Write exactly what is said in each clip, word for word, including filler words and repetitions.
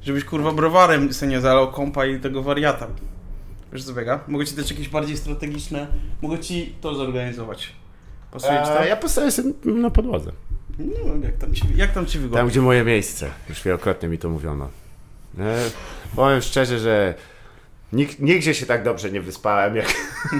żebyś kurwa browarem sobie nie zalał kompa i tego wariata. Wiesz co biega? Mogę ci dać jakieś bardziej strategiczne, mogę ci to zorganizować. Pasuje ci to? Ja postawię sobie na podłodze. No, jak tam ci, jak tam ci wygodnie? Tam, gdzie moje miejsce. Już wielokrotnie mi to mówiono. E, powiem szczerze, że nig- nigdzie się tak dobrze nie wyspałem, jak...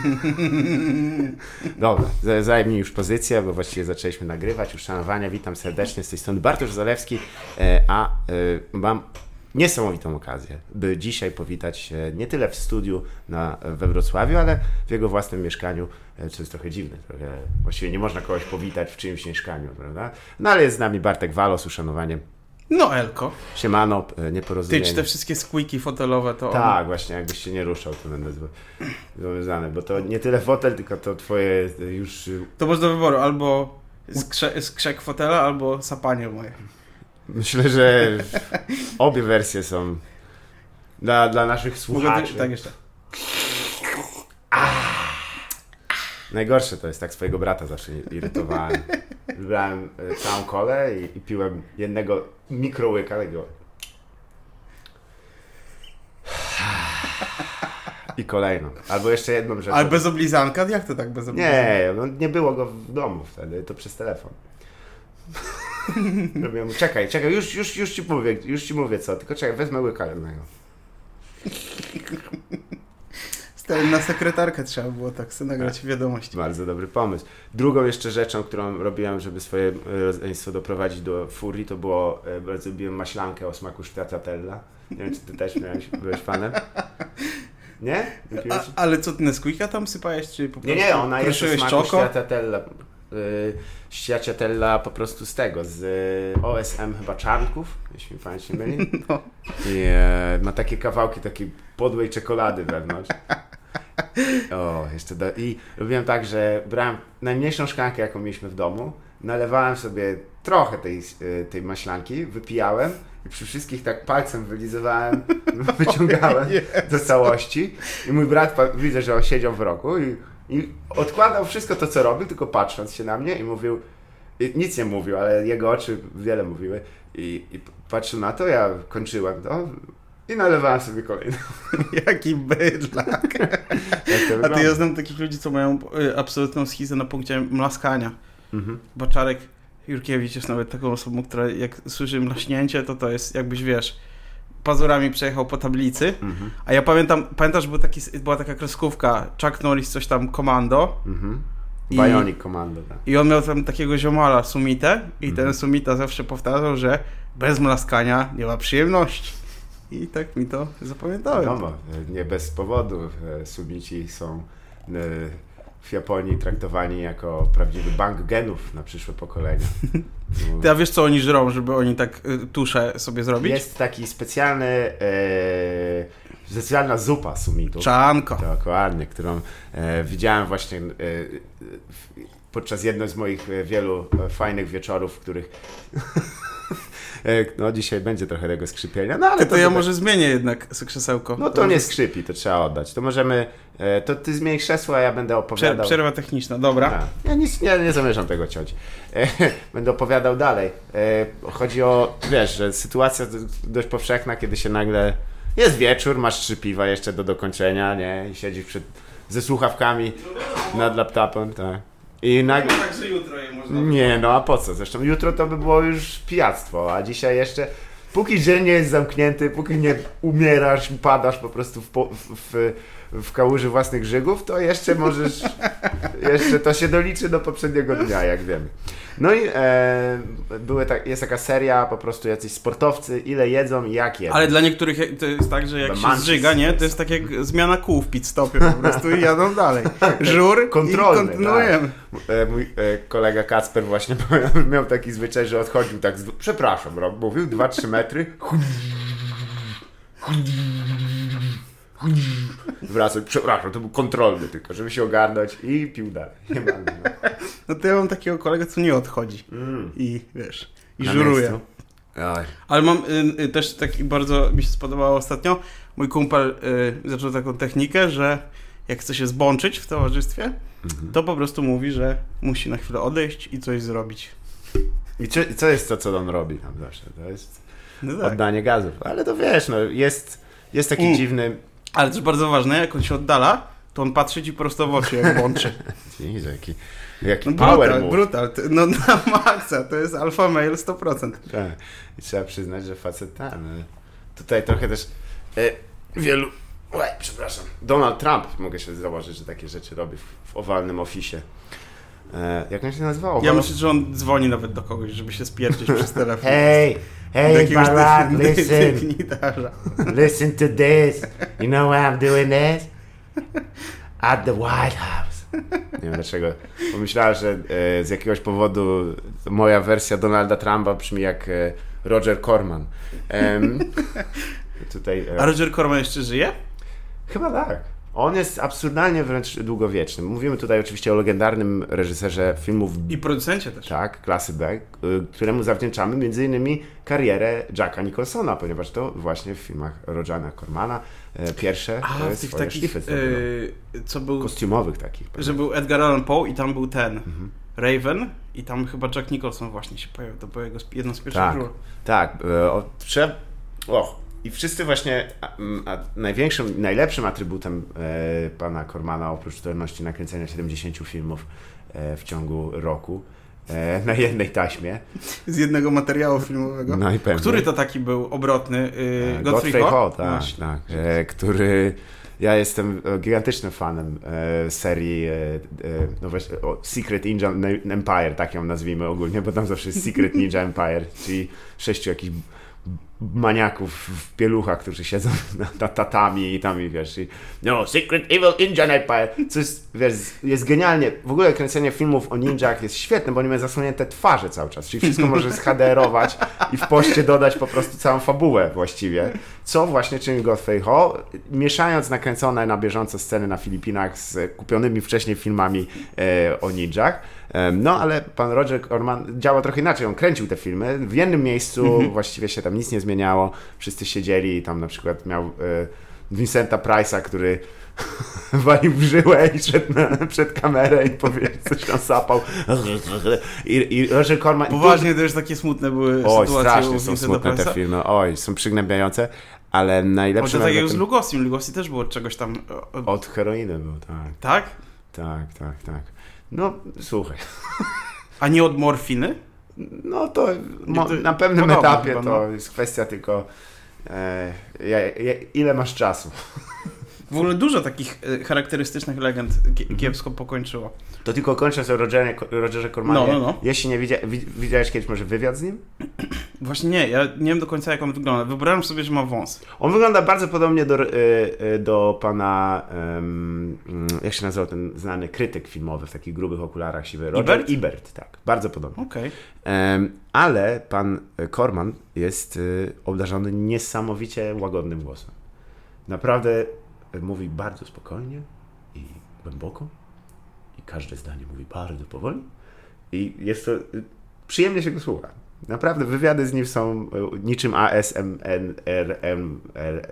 Dobra, zajmij już pozycję, bo właściwie zaczęliśmy nagrywać. Uszanowania, witam serdecznie z tej strony Bartosz Zalewski, e, a e, mam niesamowitą okazję, by dzisiaj powitać się nie tyle w studiu na, we Wrocławiu, ale w jego własnym mieszkaniu, co jest trochę dziwne. Trochę, właściwie nie można kogoś powitać w czyimś mieszkaniu, prawda? No ale jest z nami Bartek Walo z uszanowaniem. No Elko. Siemano, nieporozumienie. Ty, czy te wszystkie squeaky fotelowe to... Tak, on... właśnie, jakbyś się nie ruszał, to będę zobowiązany, bo to nie tyle fotel, tylko to twoje już... To masz do wyboru, albo skrze- skrzek fotela, albo sapanie moje. Myślę, że obie wersje są dla, dla naszych słuchaczy. Ty, tak jeszcze. Najgorsze to jest, tak swojego brata zawsze irytowałem. Wybrałem całą kolę i, i piłem jednego mikrołyka takiego. I kolejną. Albo jeszcze jedną rzecz. Ale bez oblizanka? Jak to tak bez oblizanka? Nie, no nie było go w domu wtedy, to przez telefon. Robiłem, czekaj, czekaj, już, już, już ci mówię, już ci mówię co, tylko czekaj, wezmę łyka jednego. Stary, na sekretarkę trzeba było tak sobie nagrać wiadomości. Bardzo dobry pomysł. Drugą jeszcze rzeczą, którą robiłem, żeby swoje rodzeństwo doprowadzić do furii, to było, bardzo lubiłem maślankę o smaku stracciatella. Nie wiem, czy ty też miałeś, byłeś fanem? Nie? A, ale co, ty Nesquika tam sypałeś, czy po prostu Nie, nie, ona jest o smaku czoko? stracciatella. Stracciatella po prostu z tego, z O S M chyba Czarnków, jeśli mi pamięć nie myli. No. I e, ma takie kawałki takiej podłej czekolady wewnątrz. O, jeszcze do... I robiłem tak, że brałem najmniejszą szklankę, jaką mieliśmy w domu, nalewałem sobie trochę tej, tej maślanki, wypijałem i przy wszystkich tak palcem wylizywałem, wyciągałem do całości. I mój brat, widzę, że on siedział w rogu i I odkładał wszystko to, co robił, tylko patrząc się na mnie i mówił, i nic nie mówił, ale jego oczy wiele mówiły i, i patrzył na to, ja kończyłem to i nalewałem sobie kolejną. Jaki bydlak. A ty ja znam takich ludzi, co mają absolutną schizę na punkcie mlaskania. Mhm. Baczarek Jurkiewicz jest nawet taką osobą, która jak słyszy mlaśnięcie, to to jest jakbyś, wiesz, pazurami przejechał po tablicy, mm-hmm. a ja pamiętam, pamiętasz, był taki, była taka kreskówka Chuck Norris, coś tam Commando. Mm-hmm. Bionic Commando, tak. I on miał tam takiego ziomala, Sumitę, i mm-hmm. ten Sumita zawsze powtarzał, że bez mlaskania nie ma przyjemności. I tak mi to zapamiętałem. No, nie bez powodu Sumici są w Japonii traktowani jako prawdziwy bank genów na przyszłe pokolenia. Ty, a wiesz, co oni żrą, żeby oni tak y, tusze sobie zrobić? Jest taki specjalny, e, specjalna zupa sumitów. Czanko. Dokładnie, którą e, widziałem właśnie e, podczas jednego z moich wielu fajnych wieczorów, w których no dzisiaj będzie trochę tego skrzypienia. No, ale ty, to, to ja tutaj... może zmienię jednak krzesełko. No to, to nie jest... skrzypi, to trzeba oddać. To możemy, to ty zmień krzesło, a ja będę opowiadał. Przerwa techniczna, dobra. Ja, ja nic, nie, nie zamierzam tego ciąć. Będę opowiadał dalej. Chodzi o, wiesz, że sytuacja dość powszechna, kiedy się nagle jest wieczór, masz trzy piwa jeszcze do dokończenia, nie? I siedzisz przed, ze słuchawkami nad laptopem, tak. I nagle... Tak, że jutro je można... Nie, no a po co? Zresztą jutro to by było już pijactwo, a dzisiaj jeszcze... Póki dzień nie jest zamknięty, póki nie umierasz, padasz po prostu w, po, w, w kałuży własnych żygów, to jeszcze możesz... jeszcze to się doliczy do poprzedniego dnia, jak wiemy. No i e, były tak, jest taka seria, po prostu jacyś sportowcy, ile jedzą i jak jedzą. Ale dla niektórych to jest tak, że jak się zżyga, nie? To jest tak jak zmiana kół w pit stopie po prostu i jadą dalej. Żur kontrolny, i kontynuujemy. Tak. Mój e, kolega Kacper właśnie miał taki zwyczaj, że odchodził tak, z, przepraszam, Rob, mówił, dwa trzy metry. Wracał, przepraszam, to był kontrolny tylko, żeby się ogarnąć i pił dalej. Nie ma, no. No to ja mam takiego kolegę, co nie odchodzi mm. i wiesz, i na żuruje. Oj. Ale mam y, y, też taki bardzo, mi się spodobało ostatnio, mój kumpel y, zaczął taką technikę, że jak chce się zbączyć w towarzystwie, mm-hmm. to po prostu mówi, że musi na chwilę odejść i coś zrobić. I co, co jest to, co on robi tam zawsze? To jest... no tak. oddanie gazów. Ale to wiesz, no jest, jest taki mm. dziwny... Ale też bardzo ważne, jak on się oddala, to on patrzy ci prosto w oczy, jak łączy. Jezu, jaki, jaki no power brutal, move. brutal. No na maksa, to jest alfa male sto procent. Tak. I trzeba przyznać, że facet ten. Tutaj trochę też e, wielu... Oj, przepraszam. Donald Trump, mogę się założyć, że takie rzeczy robi w, w owalnym oficie. E, jak on się nazywał? Owal... Ja myślę, że on dzwoni nawet do kogoś, żeby się spierdzić przez telefon. Hey, hey Barack, listen. Listen to this. You know why I'm doing this? At the White House. Nie wiem dlaczego. Pomyślałem, że e, z jakiegoś powodu moja wersja Donalda Trumpa brzmi jak e, Roger Corman. Um, tutaj, e, A Roger Corman jeszcze żyje? Chyba tak. On jest absurdalnie wręcz długowieczny. Mówimy tutaj oczywiście o legendarnym reżyserze filmów... I producencie też. Tak, klasy B, któremu zawdzięczamy między innymi karierę Jacka Nicholsona, ponieważ to właśnie w filmach Rogera Cormana pierwsze A, w tych takich, yy, co był... kostiumowych takich. Że był Edgar Allan Poe i tam był ten... Mhm. Raven i tam chyba Jack Nicholson właśnie się pojawił. To było jego jedno z pierwszych tak, ról. Tak, o, trzeba... O. I wszyscy właśnie, a, a największym, najlepszym atrybutem e, pana Cormana, oprócz zdolności nakręcenia siedemdziesięciu filmów e, w ciągu roku, e, na jednej taśmie. Z jednego materiału filmowego. No i pewnie. Który to taki był obrotny? E, Godfrey Ho, tak, tak e, który... Ja jestem gigantycznym fanem e, serii e, e, no właśnie, o, Secret Ninja Empire, tak ją nazwijmy ogólnie, bo tam zawsze jest Secret Ninja Empire, czyli sześciu jakichś maniaków w pieluchach, którzy siedzą na, na tatami i tam i wiesz, i, no, Secret Evil Ninja Empire, co jest, wiesz, jest genialnie. W ogóle kręcenie filmów o ninjach jest świetne, bo oni mają zasłonięte twarze cały czas, czyli wszystko możesz zha de erować i w poście dodać po prostu całą fabułę właściwie, co właśnie czyni Godfrey Ho, mieszając nakręcone na bieżąco sceny na Filipinach z kupionymi wcześniej filmami e, o ninjach. No, ale pan Roger Corman działa trochę inaczej. On kręcił te filmy. W jednym miejscu mm-hmm. właściwie się tam nic nie zmieniało. Wszyscy siedzieli i tam na przykład miał e, Vincenta Price'a, który walił w żyłę i szedł na, przed kamerę i powie, coś tam sapał. I, i Roger Corman... Poważnie to już takie smutne były Oj, sytuacje. Oj, strasznie są smutne te filmy. Oj, są przygnębiające. Ale najlepsze... O, to tak jak z Lugosim. Lugosi też było od czegoś tam... Od, od heroiny był, tak. Tak? Tak, tak, tak. No, słuchaj. A nie od morfiny? No to mo, na pewnym etapie chyba, no. To jest kwestia tylko e, ja, ja, ile masz czasu. W ogóle dużo takich e, charakterystycznych legend kiepsko pokończyło. To tylko kończąc o Rogerze, Rogerze Cormanie. No, no, no. Jeśli nie widzia, widziałeś kiedyś może wywiad z nim? Właśnie nie, ja nie wiem do końca jak on wygląda. Wybrałem sobie, że ma wąs. On wygląda bardzo podobnie do, do pana, um, jak się nazywał ten znany krytyk filmowy w takich grubych okularach siwy. Roger Ebert? Ebert, tak. Bardzo podobnie. Okay. Um, ale pan Corman jest y, obdarzony niesamowicie łagodnym głosem. Naprawdę mówi bardzo spokojnie i głęboko i każde zdanie mówi bardzo powoli i jest to, przyjemnie się go słucha. Naprawdę wywiady z nim są niczym A S M R M R.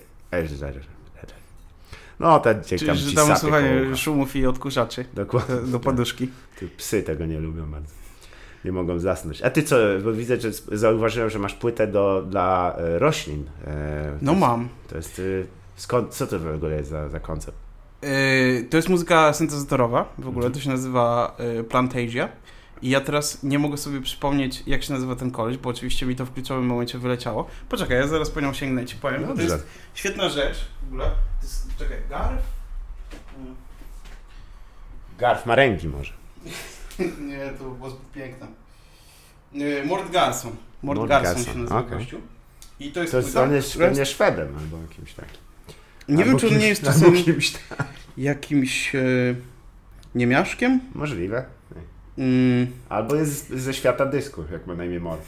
No, te Czyli, tam że tam słuchanie szumów i odkurzaczy. Dokładnie. Do poduszki. Ty psy tego nie lubią bardzo. Nie mogą zasnąć. A ty co? Bo widzę, że zauważyłem, że masz płytę do, dla roślin. No jest, mam. To jest... Skąd, co to w ogóle jest za, za koncept? Yy, to jest muzyka syntezatorowa, w ogóle to się nazywa yy, Plantasia i ja teraz nie mogę sobie przypomnieć, jak się nazywa ten koleś, bo oczywiście mi to w kluczowym momencie wyleciało. Poczekaj, ja zaraz po nią sięgnę i ci powiem. No to jest świetna rzecz w ogóle. To jest, czekaj, Garf? Hmm. Garf ma ręki może. Nie, to było zbyt piękne. Yy, Mort Garson. Mort, Mort Garson, Garson się nazywa okay. gościu. I to jest, to jest on jest pewnie Szwedem albo jakimś takim. Nie albo wiem, czy on nie jest czasem jakimś, jakimś e, niemiaszkiem? Możliwe. Mm. Albo jest ze świata dysku, jak ma na imię Mort.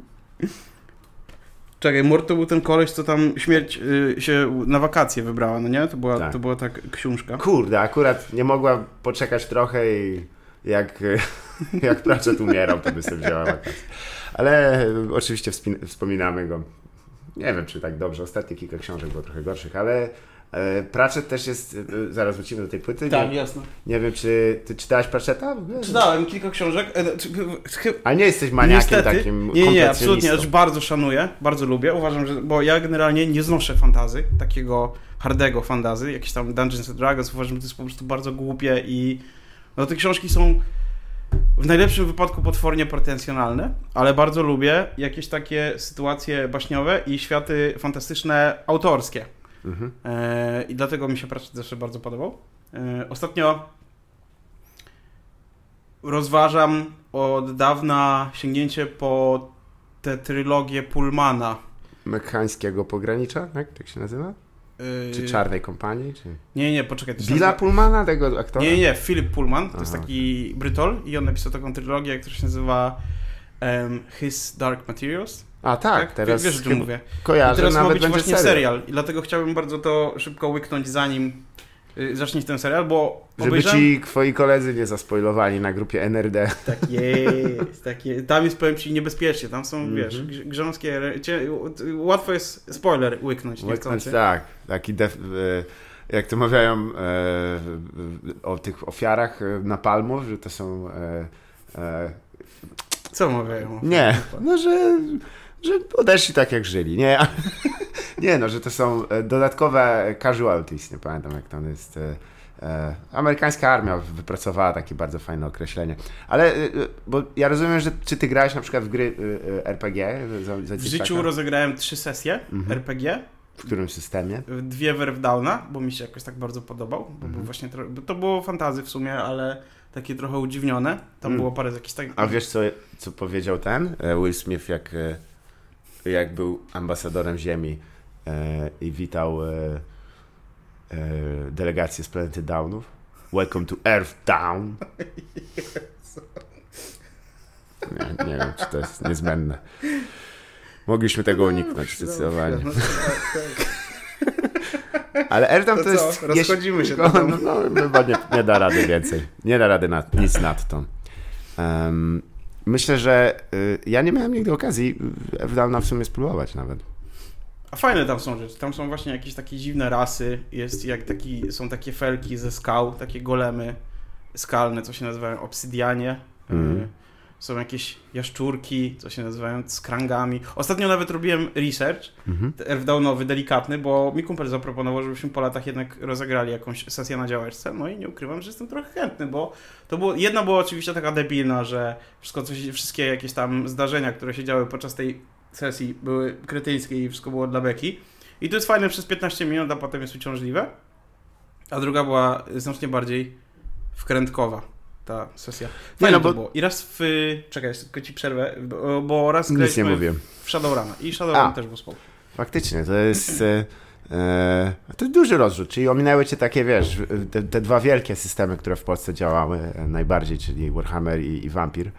Czekaj, Mort to był ten koleś, co tam śmierć y, się na wakacje wybrała, no nie? To była, tak. to była tak książka. Kurde, akurat nie mogła poczekać trochę i jak, jak Pratchett umierał, to by sobie wzięła wakacje. Ale oczywiście wspominamy go. Nie wiem, czy tak dobrze. Ostatnie kilka książek było trochę gorszych, ale, Pratchett też jest, zaraz wrócimy do tej płyty. Tak, nie, jasne. Nie wiem, czy ty czytałeś Pratchetta? Czytałem kilka książek. A nie jesteś maniakiem Niestety, takim Nie, nie, absolutnie. Aż bardzo szanuję, bardzo lubię. Uważam, że, bo ja generalnie nie znoszę fantasy, takiego hardego fantasy, jakieś tam Dungeons and Dragons. Uważam, że to jest po prostu bardzo głupie i no te książki są w najlepszym wypadku potwornie pretensjonalne, ale bardzo lubię jakieś takie sytuacje baśniowe i światy fantastyczne autorskie. Mhm. E, I dlatego mi się Pratchett zawsze bardzo podobał. E, ostatnio rozważam od dawna sięgnięcie po tę trylogię Pullmana. Meksykańskiego pogranicza, tak? Tak się nazywa? Yy... Czy Czarnej Kompanii? Czy... Nie, nie, poczekaj. Billa nazywa... Pullmana, tego aktora? Nie, nie, Philip Pullman, to Aha. jest taki Brytol i on napisał taką trylogię, która się nazywa um, His Dark Materials. A tak, tak? teraz wiesz, o czym mówię. Kojarzę, I teraz nawet ma być będzie właśnie serial. serial i dlatego chciałbym bardzo to szybko łyknąć, zanim y, zacznie ten serial, bo żeby obejrzałem... ci twoi koledzy nie zaspoilowali na grupie N R D. Tak jest, tak jest. Tam jest, powiem ci, niebezpiecznie, tam są, mm-hmm. wiesz, grząskie, łatwo jest spoiler łyknąć. Łyknąć, tak, taki def, jak to mawiają e, o tych ofiarach napalmów, że to są e, e, co mawiają? Nie, no że że odeszli tak jak żyli, nie, nie no, że to są dodatkowe casualties, nie pamiętam jak to jest, e, e, amerykańska armia wypracowała takie bardzo fajne określenie, ale, e, bo ja rozumiem, że czy ty grałeś na przykład w gry e, R P G? Za, za w życiu taka? rozegrałem trzy sesje mhm. R P G. W którym systemie? Dwie w Earthdowna, bo mi się jakoś tak bardzo podobał, bo mhm. był właśnie tro... to było fantasy w sumie, ale takie trochę udziwnione, tam hmm. było parę jakichś tak... A wiesz co, co powiedział ten Will Smith, jak jak był ambasadorem Ziemi e, i witał e, e, delegację z planety Downów. Welcome to Earth Down. Nie, nie wiem, czy to jest niezbędne. Mogliśmy tego uniknąć zdecydowanie. No, tak. Ale Earth Down to, to jest... Rozchodzimy się. No, no, no, chyba nie, nie da rady więcej. Nie da rady nad, nic nad to. Um, Myślę, że y, ja nie miałem nigdy okazji Earthdowna w sumie spróbować nawet. A fajne tam są rzeczy. Tam są właśnie jakieś takie dziwne rasy. Jest jak taki, są takie felki ze skał, takie golemy skalne, co się nazywają obsydianie. Mm. Y, są jakieś jaszczurki, co się nazywają skrangami. Ostatnio nawet robiłem research mm-hmm. Earthdownowy, delikatny, bo mi kumpel zaproponował, żebyśmy po latach jednak rozegrali jakąś sesję na działeczce. No i nie ukrywam, że jestem trochę chętny, bo to było, jedna była oczywiście taka debilna, że wszystko, co się, wszystkie jakieś tam zdarzenia, które się działy podczas tej sesji były kretyńskie i wszystko było dla beki. I to jest fajne przez piętnaście minut, a potem jest uciążliwe. A druga była znacznie bardziej wkrętkowa. Ta sesja. Fajne nie, no bo... to było. I raz w... Czekaj, tylko ci przerwę, bo, bo raz graliśmy w Shadowruna. I Shadowrun też był spoko. Faktycznie, to jest... E, e, to jest duży rozrzut, czyli ominęły cię takie, wiesz, te, te dwa wielkie systemy, które w Polsce działały najbardziej, czyli Warhammer i, i Vampir.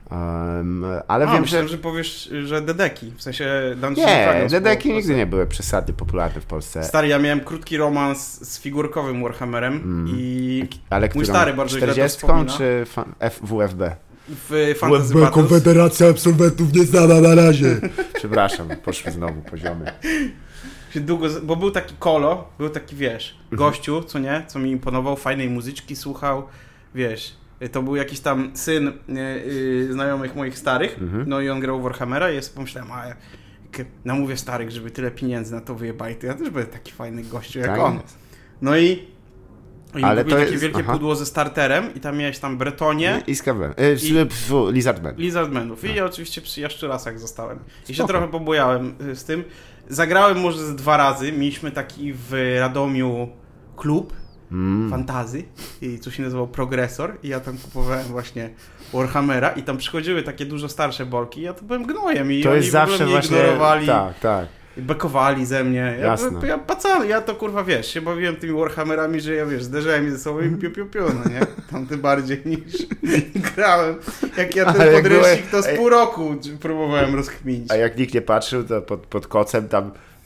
Um, ale A, wiem, myślałem, że... że powiesz, że dedeki, w sensie Dungeons Nie, dedeki nigdy nie były przesadnie popularne w Polsce. Stary, ja miałem krótki romans z figurkowym Warhammerem mm. i ale mój stary bardzo źle to wspomina. Czy F W F B? W Fantasy Battles. Konfederacja Absolwentów nieznana na razie. Przepraszam, poszły znowu poziomy. Długo, bo był taki kolo, był taki, wiesz, gościu, co nie, co mi imponował, fajnej muzyczki słuchał, wiesz... To był jakiś tam syn yy, yy, znajomych moich starych, mm-hmm. no i on grał w Warhammera i ja sobie pomyślałem, a jak namówię starych, żeby tyle pieniędzy na to wyjebali, to ja też będę taki fajny gościu jak tak on. Jest. No i oni Ale to takie jest... wielkie Aha. pudło ze starterem i tam miałeś tam Bretonie i Skaven, e, i Lizardmen. Lizardmenów. I ja oczywiście przy Jaszczurasach zostałem. I się trochę pobojałem z tym. Zagrałem może z dwa razy. Mieliśmy taki w Radomiu klub Mm. fantazy, i co się nazywał Progresor i ja tam kupowałem właśnie Warhammera i tam przychodziły takie dużo starsze bolki i ja to byłem gnojem i to oni jest zawsze mnie właśnie ignorowali, tak, tak. i bekowali ze mnie. Ja, Jasne. ja, pacan, ja to kurwa wiesz, się bawiłem tymi Warhammerami, że ja wiesz, zderzałem je ze sobą i piu piu piu, no nie? Tam ty bardziej niż grałem. Jak ja ten podręcznik to z pół roku próbowałem rozkminić. A jak nikt nie patrzył, to pod, pod kocem tam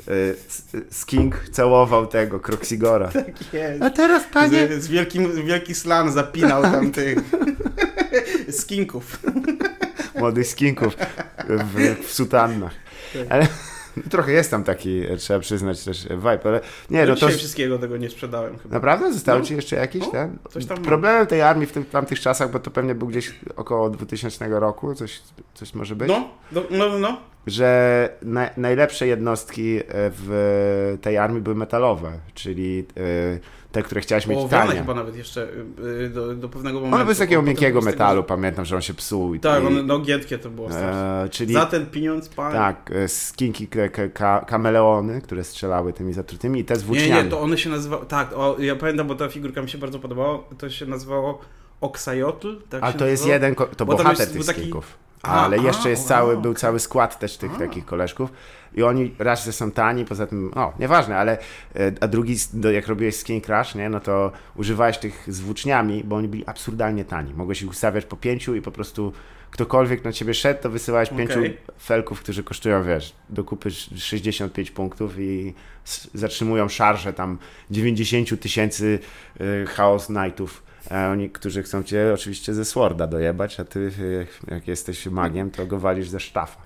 Skink całował tego Kroxigora. Tak jest. A teraz panie... Z, z wielkim, wielki slan zapinał tam tych skinków. Młodych skinków w, w sutannach. Ale, Trochę jest tam taki, trzeba przyznać też vibe, ale nie, no, no dzisiaj to... wszystkiego tego nie sprzedałem chyba. Naprawdę? Zostały no. ci jeszcze jakieś? No, ten? coś tam Problemem tej armii w tym, tamtych czasach, bo to pewnie był gdzieś około dwutysięcznego roku, coś, coś może być? No, no, no, no. Że na, najlepsze jednostki w tej armii były metalowe, czyli te, które chciałeś mieć Ołowiane tanie. chyba nawet jeszcze do, do pewnego momentu. One były z takiego miękkiego z metalu, tego, pamiętam, że on się psuł. I, tak, i, one, no giętkie to było strasznie. E, czyli, Za ten pieniądz, panie. Tak, skinki, ka, ka, kameleony, które strzelały tymi zatrutymi i te z włóczniami. Nie, nie, to one się nazywały, tak, o, ja pamiętam, bo ta figurka mi się bardzo podobała, to się nazywało Oxayotl. Tak Ale się to nazywało? jest jeden, to bo bohater jest, tych taki... skinków. A, ale jeszcze a, jest a, cały, a, był okay. cały skład też tych a. takich koleżków i oni raz, że są tani, poza tym, no nieważne, ale a drugi, jak robiłeś Skin Crash, nie, no to używałeś tych z włóczniami, bo oni byli absurdalnie tani. Mogłeś ich ustawiać po pięciu i po prostu ktokolwiek na ciebie szedł, to wysyłałeś okay. pięciu felków, którzy kosztują, wiesz, do kupy sześćdziesiąt pięć punktów i zatrzymują szarże tam dziewięćdziesiąt tysięcy y, Chaos Knightów. A oni, którzy chcą cię oczywiście ze Sworda dojebać, a ty jak, jak jesteś magiem, to go walisz ze sztafa.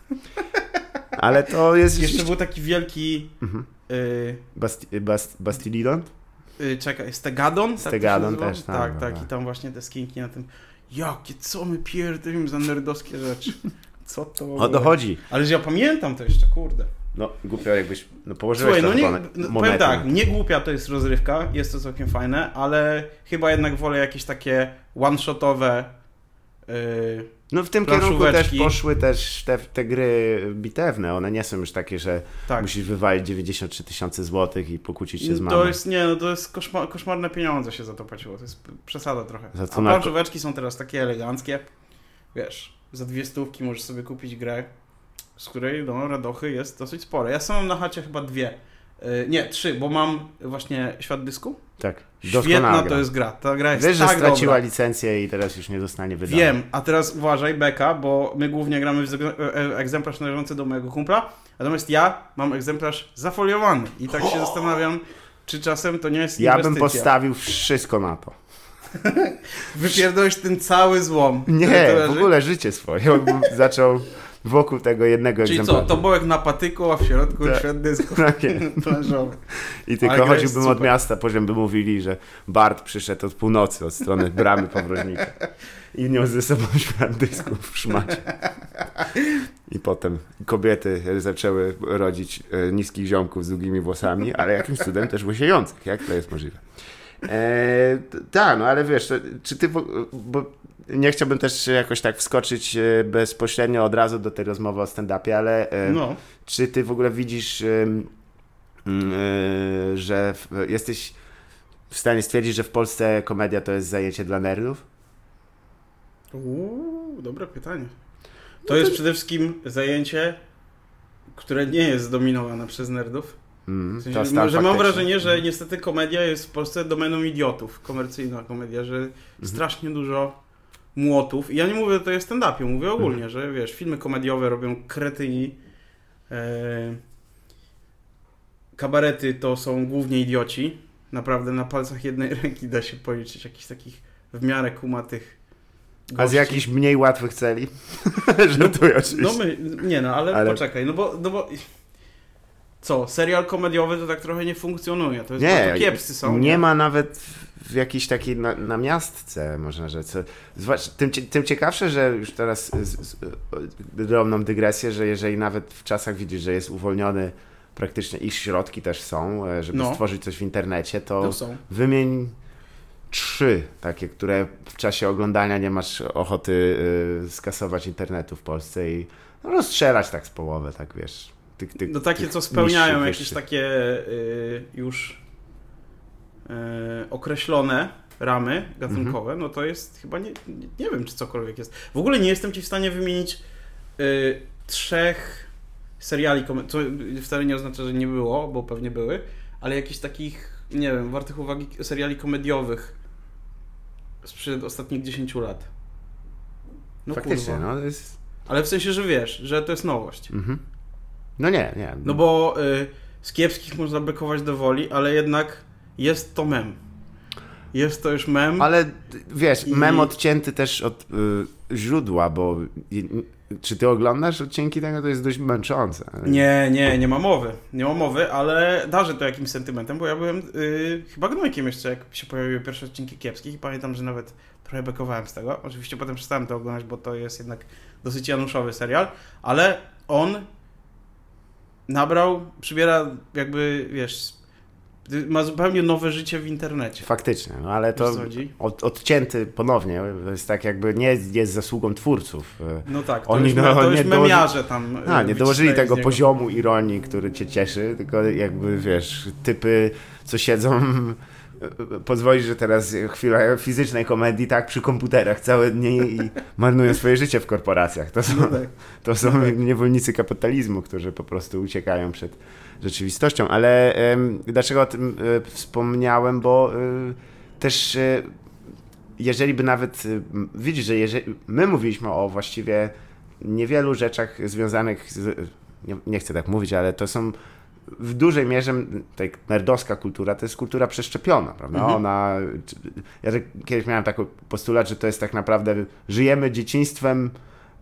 Ale to jest... Jeszcze rzeczywiście... był taki wielki... Mhm. Y... Basti, bast, Bastilidon? Y, czekaj, Stegadon? Stegadon tak też. Tak, tak, tak, tak. I tam właśnie te skinki na tym... Jakie, co my pierdolimy za nerdowskie rzeczy. Co to... O, dochodzi. Ale że ja pamiętam to jeszcze, kurde. No, głupio jakbyś... No, położyłeś Słuchaj, to no chyba nie, no, powiem tak, nie głupia to jest rozrywka, jest to całkiem fajne, ale chyba jednak wolę jakieś takie one-shotowe yy, no w tym kierunku też poszły też te, te gry bitewne, one nie są już takie, że tak. musisz wywalić dziewięćdziesiąt trzy tysiące złotych i pokłócić się z mamą. To jest, nie, no to jest koszmar, koszmarne pieniądze się za to płaciło, to jest przesada trochę. Za A planszóweczki są teraz takie eleganckie, wiesz, za dwie stówki możesz sobie kupić grę, z której no, radochy jest dosyć spore. Ja sam mam na chacie chyba dwie. Yy, nie, trzy, bo mam właśnie Świat Dysku. Tak. Świetna to jest gra. Ta gra jest Wiesz, tak że straciła dobra. licencję i teraz już nie zostanie wydana. Wiem, a teraz uważaj, beka, bo my głównie gramy w egzemplarz należący do mojego kumpla, natomiast ja mam egzemplarz zafoliowany i tak się zastanawiam, czy czasem to nie jest ja inwestycja. Ja bym postawił wszystko na to. Wypierdolisz ten cały złom. Nie, w ogóle życie swoje. On bym zaczął wokół tego jednego Czyli egzemplarza. co, to bołek na patyku, a w środku tak. świat dysku planszowy. I tylko chodziłbym od miasta, później by mówili, że Bart przyszedł od północy, od strony bramy powroźnika i niósł ze sobą świat dysku w szmacie. I potem kobiety zaczęły rodzić niskich ziomków z długimi włosami, ale jakimś cudem też łysiejących. Jak to jest możliwe? Eee, tak, no ale wiesz, czy ty, bo nie chciałbym też jakoś tak wskoczyć bezpośrednio od razu do tej rozmowy o stand-upie, ale no. czy ty w ogóle widzisz, że jesteś w stanie stwierdzić, że w Polsce komedia to jest zajęcie dla nerdów? Uuu, dobre pytanie. To jest przede wszystkim zajęcie, które nie jest zdominowane przez nerdów. Mm, w sensie, że faktycznie. Mam wrażenie, że niestety komedia jest w Polsce domeną idiotów, komercyjna komedia, że mm. strasznie dużo młotów. I ja nie mówię, że to jest stand-upie, mówię ogólnie, mm. że wiesz, filmy komediowe robią kretyni, e, kabarety to są głównie idioci. Naprawdę na palcach jednej ręki da się policzyć jakichś takich w miarę kumatych gości. A z jakichś mniej łatwych celi? Żartuję oczywiście. No my, nie no, ale, ale poczekaj, no bo... No bo co, serial komediowy to tak trochę nie funkcjonuje. To jest nie, bardzo kiepscy są. Nie, nie ma nawet w jakiejś takiej na, namiastce, można rzec. Zwłaszcza, tym, tym ciekawsze, że już teraz drobną dygresję, że jeżeli nawet w czasach widzisz, że jest uwolniony praktycznie ich środki też są, żeby no. stworzyć coś w internecie, to, to są. Wymień trzy takie, które w czasie oglądania nie masz ochoty y, skasować internetu w Polsce i no, rozstrzelać tak z połowy, tak wiesz. Tych, tych, no takie, co spełniają jakieś wyższych. takie y, już y, określone ramy gatunkowe, mm-hmm. no to jest chyba, nie, nie, nie wiem, czy cokolwiek jest. W ogóle nie jestem ci w stanie wymienić y, trzech seriali, co wcale nie oznacza, że nie było, bo pewnie były, ale jakichś takich, nie wiem, wartych uwagi seriali komediowych sprzed ostatnich dziesięciu lat. No faktycznie, kurwa. no to jest... Ale w sensie, że wiesz, że to jest nowość. Mhm. No nie, nie. No bo y, z kiepskich można bekować do woli, ale jednak jest to mem. Jest to już mem. Ale wiesz, i... mem odcięty też od y, źródła, bo y, Czy ty oglądasz odcinki tego? To jest dość męczące. Ale... Nie, nie, nie ma mowy. Nie ma mowy, ale darzę to jakimś sentymentem, bo ja byłem yy, chyba gnojkiem jeszcze, jak się pojawiły pierwsze odcinki kiepskich i pamiętam, że nawet trochę bekowałem z tego. Oczywiście potem przestałem to oglądać, bo to jest jednak dosyć januszowy serial, ale on nabrał, przybiera jakby, wiesz, ma zupełnie nowe życie w internecie. Faktycznie, no ale to od, odcięty ponownie, to jest tak jakby nie jest zasługą twórców. No tak, to Oni już, no, me, to nie już memiarze tam a, nie dołożyli tego poziomu ironii, który cię cieszy, tylko jakby wiesz, typy, co siedzą, pozwolisz, że teraz chwila fizycznej komedii, tak, przy komputerach całe dni i marnują swoje życie w korporacjach. To są, no tak. to są no tak. niewolnicy kapitalizmu, którzy po prostu uciekają przed rzeczywistością. Ale um, dlaczego o tym y, wspomniałem, bo y, też y, jeżeli by nawet, y, widzisz, że jeżeli, my mówiliśmy o właściwie niewielu rzeczach związanych z, nie, nie chcę tak mówić, ale to są w dużej mierze tak nerdowska kultura to jest kultura przeszczepiona, prawda? Mhm. Ona, ja kiedyś miałem taki postulat, że to jest tak naprawdę, żyjemy dzieciństwem,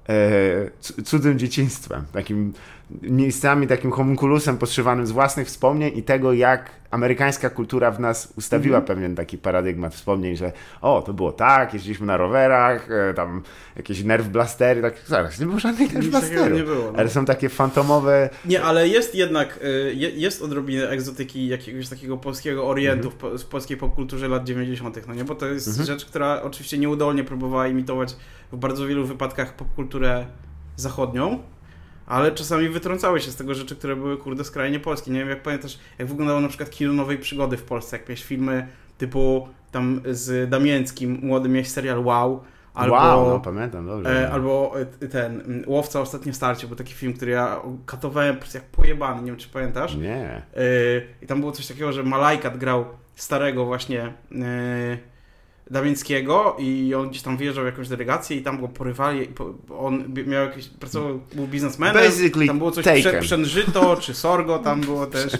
e, cudzym dzieciństwem, takim miejscami, takim homunculusem podszywanym z własnych wspomnień i tego, jak amerykańska kultura w nas ustawiła mhm. pewien taki paradygmat wspomnień, że o, to było tak, jeździliśmy na rowerach, e, tam jakieś nerf blastery, tak, zaraz, nie było żadnych nerf blasterów, nie było, no. Ale są takie fantomowe... Nie, ale jest jednak, je, jest odrobinę egzotyki jakiegoś takiego polskiego orientu mhm. w, w polskiej popkulturze lat dziewięćdziesiątych, no nie, bo to jest mhm. rzecz, która oczywiście nieudolnie próbowała imitować w bardzo wielu wypadkach popkulturę zachodnią, ale czasami wytrącały się z tego rzeczy, które były, kurde, skrajnie polskie. Nie wiem, jak pamiętasz, jak wyglądało na przykład kino Nowej Przygody w Polsce, jak miałeś filmy typu tam z Damięckim, młody miałeś serial Wow, albo, wow, no pamiętam, dobrze. E, albo ten Łowca Ostatnie Starcie, był taki film, który ja katowałem jak pojebany, nie wiem, czy pamiętasz? Nie. E, I tam było coś takiego, że Malajkat grał starego właśnie e, Damińskiego i on gdzieś tam wyjeżdżał w jakąś delegację i tam go porywali. On miał jakieś, pracował, był biznesmenem, basically tam było coś prze, przężyto czy sorgo, tam było też.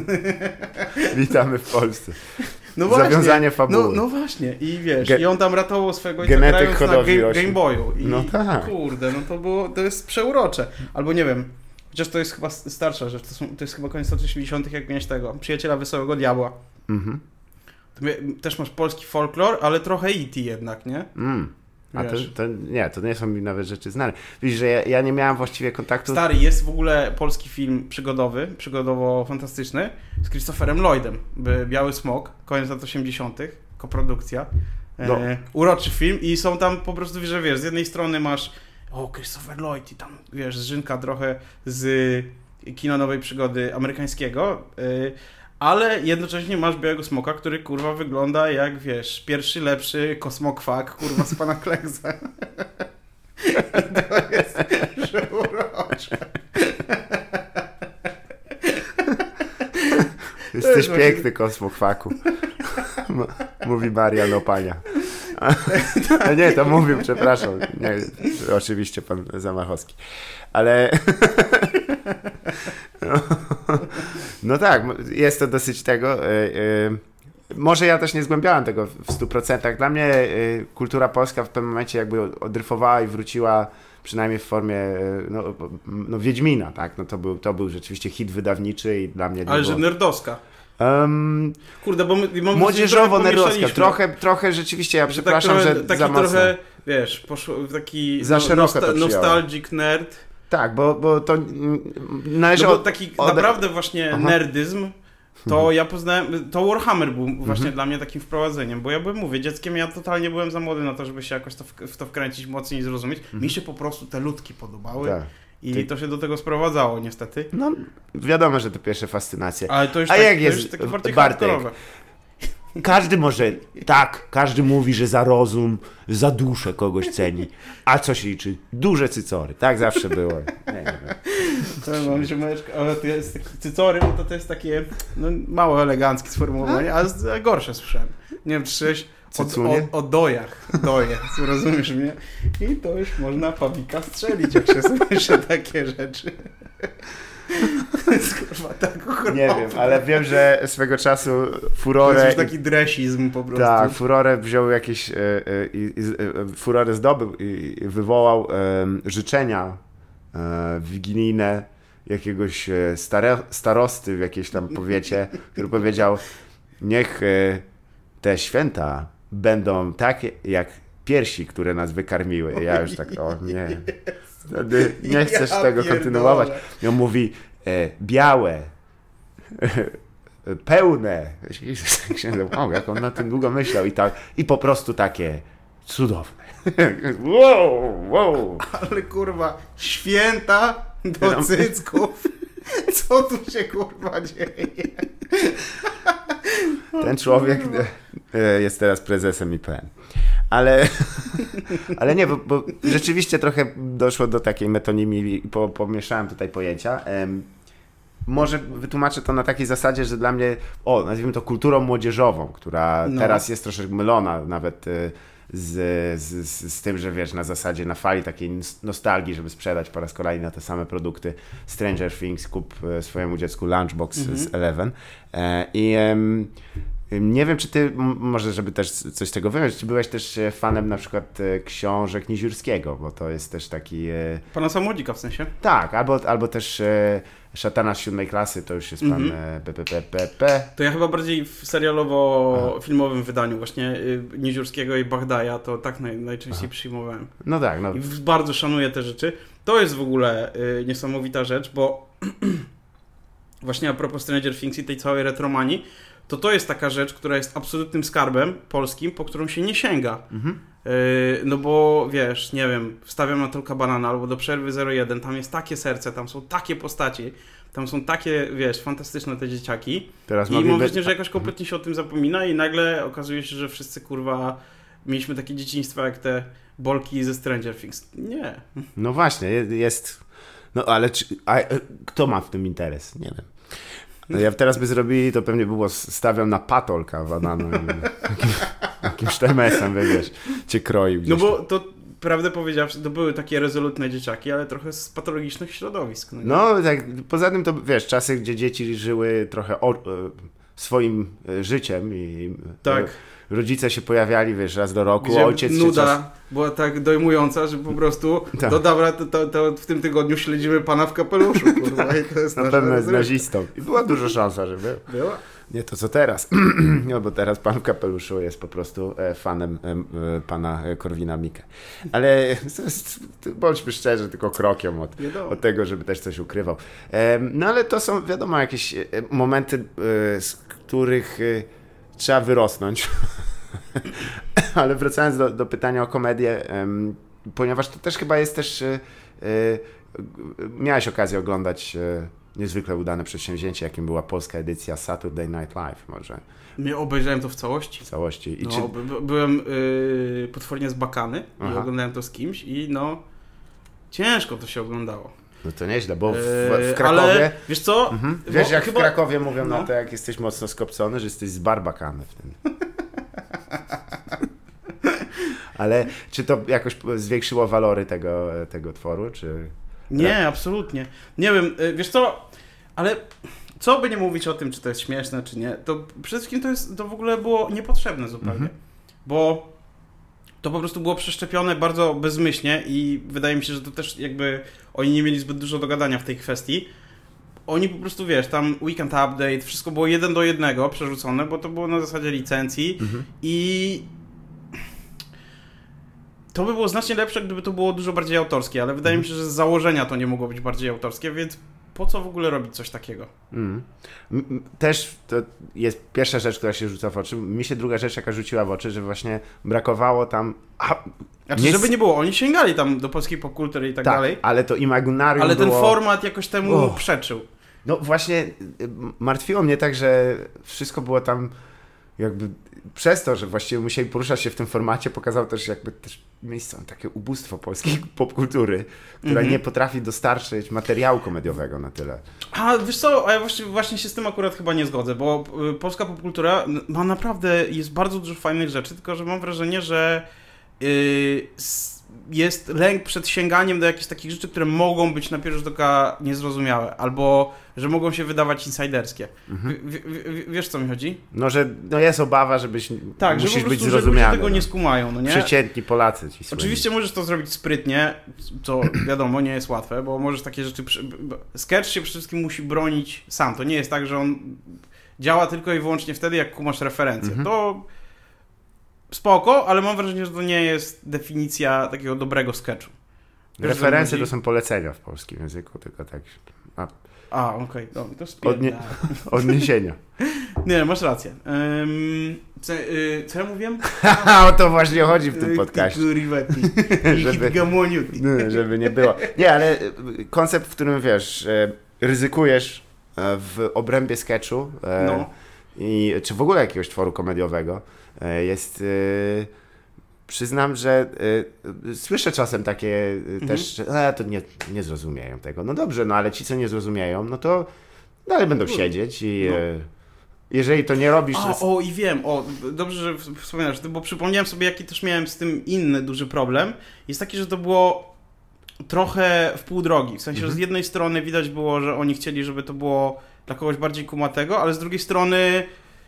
Witamy w Polsce. No właśnie, zawiązanie fabuły. No, no właśnie i wiesz, Ge- i on tam ratował swego ojca grając na game, Game Boyu. I no tak. Kurde, no to było, to jest przeurocze. Albo nie wiem, chociaż to jest chyba starsza rzecz, to, są, to jest chyba koniec lat osiemdziesiątych, jak miałeś tego, Przyjaciela Wesołego Diabła. Mhm. Też masz polski folklor, ale trochę E T jednak, nie? Mm. A to, to nie, to nie są mi nawet rzeczy znane. Widzisz, że ja, ja nie miałem właściwie kontaktu... Stary, jest w ogóle polski film przygodowy, przygodowo-fantastyczny z Christopherem Lloydem. Biały Smok, koniec lat osiemdziesiątych, koprodukcja. No. E, uroczy film i są tam po prostu, że wiesz, z jednej strony masz o, Christopher Lloyd i tam, wiesz, zżynka trochę z kina Nowej Przygody amerykańskiego, e, ale jednocześnie masz Białego Smoka, który, kurwa, wygląda jak, wiesz, pierwszy, lepszy kosmokwak, kurwa, z pana Kleksa. I to jest przeurocze. Jesteś piękny, kosmokwaku. Mówi Marian Opania. A nie, to mówił, przepraszam. Nie, oczywiście pan Zamachowski. Ale... No, no tak, jest to dosyć tego. Yy, yy, może ja też nie zgłębiałem tego w stu procentach. Dla mnie yy, kultura polska w pewnym momencie jakby odryfowała i wróciła przynajmniej w formie yy, no, no Wiedźmina, tak? No to był, to był rzeczywiście hit wydawniczy i dla mnie... Ale że nerdowska. Um, Kurde, bo my, my młodzieżowo-nerdowska. Trochę, trochę rzeczywiście, ja przepraszam, tak, że taki za mocno. Trochę, wiesz, poszło w taki za no, nosta- nostalgic nerd. Tak, bo, bo to należy... No bo taki od... naprawdę właśnie Aha. nerdyzm, to mhm. ja poznałem, to Warhammer był właśnie mhm. dla mnie takim wprowadzeniem, bo ja byłem, mówię, dzieckiem ja totalnie byłem za młody na to, żeby się jakoś to w, w to wkręcić mocniej i zrozumieć. Mhm. Mi się po prostu te ludki podobały. Tak. I Ty... to się do tego sprowadzało, niestety. No, wiadomo, że to pierwsze fascynacje. Ale to już A tak, jak to jest już takie bardziej Bartek? Każdy może, tak, każdy mówi, że za rozum, za duszę kogoś ceni. A co się liczy? Duże cycory. Tak zawsze było. Nie, nie, nie. To mam ziomeczka, ale to jest taki cycory, no to, to jest takie no, mało eleganckie sformułowanie, ale gorsze słyszałem. Nie wiem, czy coś o, o, o dojach, doje, rozumiesz mnie? I to już można pawika strzelić, jak się słyszy takie rzeczy. To jest kurwa tak okropne. Nie wiem, ale wiem, że swego czasu furorę... To jest już taki dresizm po prostu. Tak, furorę wziął jakieś... E, e, e, furorę zdobył i wywołał e, życzenia e, wigilijne jakiegoś stare, starosty w jakiejś tam powiecie, który powiedział, niech e, te święta będą takie jak piersi, które nas wykarmiły. Ja już tak, o nie, wtedy nie chcesz ja tego pierdolę. kontynuować. I on mówi, e, białe, e, pełne. O, jak on na tym długo myślał i tak, i po prostu takie cudowne. Wow, wow. Ale kurwa, święta do cycków. Co tu się kurwa dzieje? Ten człowiek jest teraz prezesem I P N. Ale, ale nie, bo, bo rzeczywiście trochę doszło do takiej metonimii i po, pomieszałem tutaj pojęcia. Um, może wytłumaczę to na takiej zasadzie, że dla mnie, o, nazwijmy to kulturą młodzieżową, która no. teraz jest troszeczkę mylona nawet z, z, z, z tym, że wiesz, na zasadzie na fali takiej nostalgii, żeby sprzedać po raz kolejny te same produkty. Stranger Things, kup swojemu dziecku Lunchbox mm-hmm. z Eleven. E, I um, nie wiem, czy ty, może żeby też coś z tego wyjąć, czy byłeś też fanem na przykład książek Niziurskiego, bo to jest też taki... Pana Samochodzika w sensie? Tak, albo, albo też Szatana z siódmej klasy, to już jest pan mm-hmm. P P P P P. To ja chyba bardziej w serialowo-filmowym Aha. wydaniu właśnie Niziurskiego i Bagdaja to tak naj, najczęściej Aha. przyjmowałem. No tak. No. I bardzo szanuję te rzeczy. To jest w ogóle y, niesamowita rzecz, bo właśnie a propos Stranger Things i tej całej retromanii, to to jest taka rzecz, która jest absolutnym skarbem polskim, po którą się nie sięga. Mhm. Yy, no bo wiesz, nie wiem, wstawiam na Tolka Banana albo do Przerwy zero jeden, tam jest takie serce, tam są takie postaci, tam są takie, wiesz, fantastyczne te dzieciaki. Teraz I mam wrażenie, że jakoś kompletnie się o tym zapomina i nagle okazuje się, że wszyscy kurwa mieliśmy takie dzieciństwa jak te bolki ze Stranger Things. Nie. No właśnie, jest... No ale czy, a, kto ma w tym interes? Nie wiem. No ja teraz by zrobili, to pewnie było, stawiam na patolka Banana. Jakimś temesem, wiesz, cię kroił. No bo to, prawdę powiedziawszy, to były takie rezolutne dzieciaki, ale trochę z patologicznych środowisk. No, no tak, poza tym to, wiesz, czasy, gdzie dzieci żyły trochę o, swoim życiem i tak. rodzice się pojawiali, wiesz, raz do roku, gdzie ojciec nuda czas... była tak dojmująca, że po prostu tak. no dobra, to, to, to w tym tygodniu śledzimy pana w kapeluszu, kurwa, i to jest na pewno jest nazistą. I była duża szansa, że był. Była? Nie to co teraz, no bo teraz pan w kapeluszu jest po prostu fanem pana Korwina-Mikke. Ale bądźmy szczerzy, tylko krokiem od, od tego, żeby też coś ukrywał. No ale to są, wiadomo, jakieś momenty, z których trzeba wyrosnąć. Ale wracając do, do pytania o komedię, um, ponieważ to też chyba jest też... Y, y, miałeś okazję oglądać y, niezwykle udane przedsięwzięcie, jakim była polska edycja Saturday Night Live może. Nie obejrzałem to w całości. W całości. I no, czy... by, byłem y, potwornie zbakany Aha. i oglądałem to z kimś i no ciężko to się oglądało. No to nieźle, bo w, w Krakowie... Ale wiesz co? Mhm. Wiesz jak chyba... w Krakowie mówią no. na to, jak jesteś mocno skopcony, że jesteś zbarbakany w tym. Ale czy to jakoś zwiększyło walory tego, tego tworu, czy... Nie, absolutnie. Nie wiem, wiesz co, ale co by nie mówić o tym, czy to jest śmieszne, czy nie, to przede wszystkim to, jest, to w ogóle było niepotrzebne zupełnie, mhm. bo to po prostu było przeszczepione bardzo bezmyślnie i wydaje mi się, że to też jakby oni nie mieli zbyt dużo do gadania w tej kwestii. Oni po prostu, wiesz, tam Weekend Update, wszystko było jeden do jednego przerzucone, bo to było na zasadzie licencji mhm. i to by było znacznie lepsze, gdyby to było dużo bardziej autorskie, ale wydaje mm. mi się, że z założenia to nie mogło być bardziej autorskie, więc po co w ogóle robić coś takiego? Mm. Też to jest pierwsza rzecz, która się rzuca w oczy. Mi się druga rzecz, jaka rzuciła w oczy, że właśnie brakowało tam... A, znaczy, nie... żeby nie było, oni sięgali tam do polskiej popkultury i tak, tak dalej. ale to imaginarium Ale ten było... format jakoś temu oh. przeczył. No właśnie, martwiło mnie tak, że wszystko było tam jakby... Przez to, że właściwie musieli poruszać się w tym formacie, pokazał też jakby też miejsce, takie ubóstwo polskiej popkultury, która mm-hmm. nie potrafi dostarczyć materiału komediowego na tyle. A wiesz co, a ja właśnie, właśnie się z tym akurat chyba nie zgodzę, bo polska popkultura ma naprawdę, jest bardzo dużo fajnych rzeczy, tylko że mam wrażenie, że yy, jest lęk przed sięganiem do jakichś takich rzeczy, które mogą być na pierwszy rzut oka niezrozumiałe, albo że mogą się wydawać insiderskie. Mhm. W, w, w, wiesz, co mi chodzi? No, że no jest obawa, żebyś tak, musisz że po prostu, być zrozumiany. Że ludzie tego nie skumają, no nie? Przeciętni Polacy ci słynie. Oczywiście możesz to zrobić sprytnie, co wiadomo, nie jest łatwe, bo możesz takie rzeczy... Sketch się przede wszystkim musi bronić sam. To nie jest tak, że on działa tylko i wyłącznie wtedy, jak kumasz referencje. Mhm. To spoko, ale mam wrażenie, że to nie jest definicja takiego dobrego sketchu. Wiesz, referencje to są polecenia w polskim języku, tylko tak... A, A okej, okay. No, to spierdala. Odnie... Odniesienia. Nie, masz rację. Um, co, y, co ja mówiłem? O to właśnie chodzi w tym podcaście. żeby, żeby nie było. Nie, ale koncept, w którym wiesz, ryzykujesz w obrębie sketchu no. i, czy w ogóle jakiegoś tworu komediowego jest... Przyznam, że y, słyszę czasem takie mhm. też, że e, to nie, nie zrozumieją tego. No dobrze, no ale ci, co nie zrozumieją, no to dalej będą siedzieć i no. y, jeżeli to nie robisz... A, o, i wiem, o, dobrze, że wspominasz, bo przypomniałem sobie, jaki też miałem z tym inny duży problem. Jest taki, że to było trochę w pół drogi. W sensie, mhm. że z jednej strony widać było, że oni chcieli, żeby to było dla kogoś bardziej kumatego, ale z drugiej strony...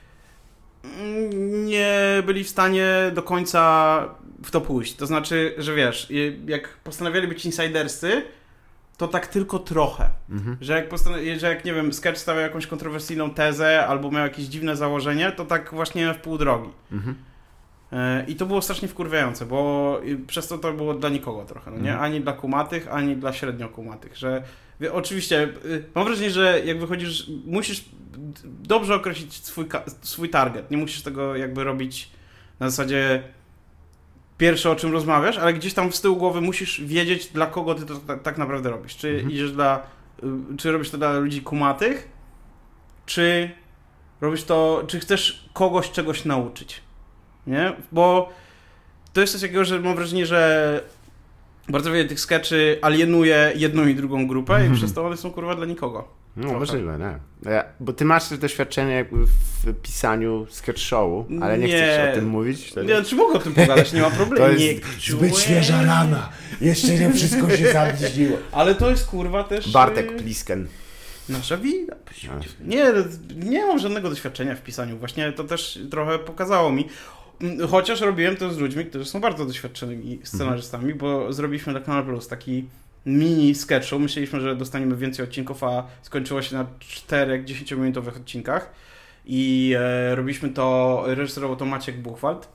nie byli w stanie do końca w to pójść. To znaczy, że wiesz, jak postanawiali być insiderscy, to tak tylko trochę. Mhm. Że, jak postan- że jak, nie wiem, sketch stawiał jakąś kontrowersyjną tezę albo miał jakieś dziwne założenie, to tak właśnie w pół drogi. Mhm. I to było strasznie wkurwiające, bo przez to to było dla nikogo trochę, no nie? Mhm. Ani dla kumatych, ani dla średnio kumatych, że oczywiście mam wrażenie, że jak wychodzisz, musisz dobrze określić swój, swój target, nie musisz tego jakby robić na zasadzie pierwsze, o czym rozmawiasz, ale gdzieś tam z tyłu głowy musisz wiedzieć, dla kogo ty to tak, tak naprawdę robisz. Czy mhm. idziesz dla, czy robisz to dla ludzi kumatych, czy robisz to, czy chcesz kogoś czegoś nauczyć, nie? Bo to jest coś takiego, że mam wrażenie, że bardzo wiele tych sketchy alienuje jedną i drugą grupę mm. i przez to one są kurwa dla nikogo. No możliwe, nie. Bo ty masz też doświadczenie jakby w pisaniu sketch showu, ale nie, nie chcesz o tym mówić? Nie, czy mogę o tym pogadać, nie ma problemu. To jest nie, zbyt świeża rana. Jeszcze nie wszystko się zamieściło. Ale to jest kurwa też... Bartek Plisken. Nasza wina. Nie, nie mam żadnego doświadczenia w pisaniu. Właśnie to też trochę pokazało mi. Chociaż robiłem to z ludźmi, którzy są bardzo doświadczonymi scenarzystami, mhm. bo zrobiliśmy dla Kanal Plus taki mini sketchu. Myśleliśmy, że dostaniemy więcej odcinków, a skończyło się na czterech dziesięciominutowych odcinkach. I e, robiliśmy to, reżyserował to Maciek Buchwald.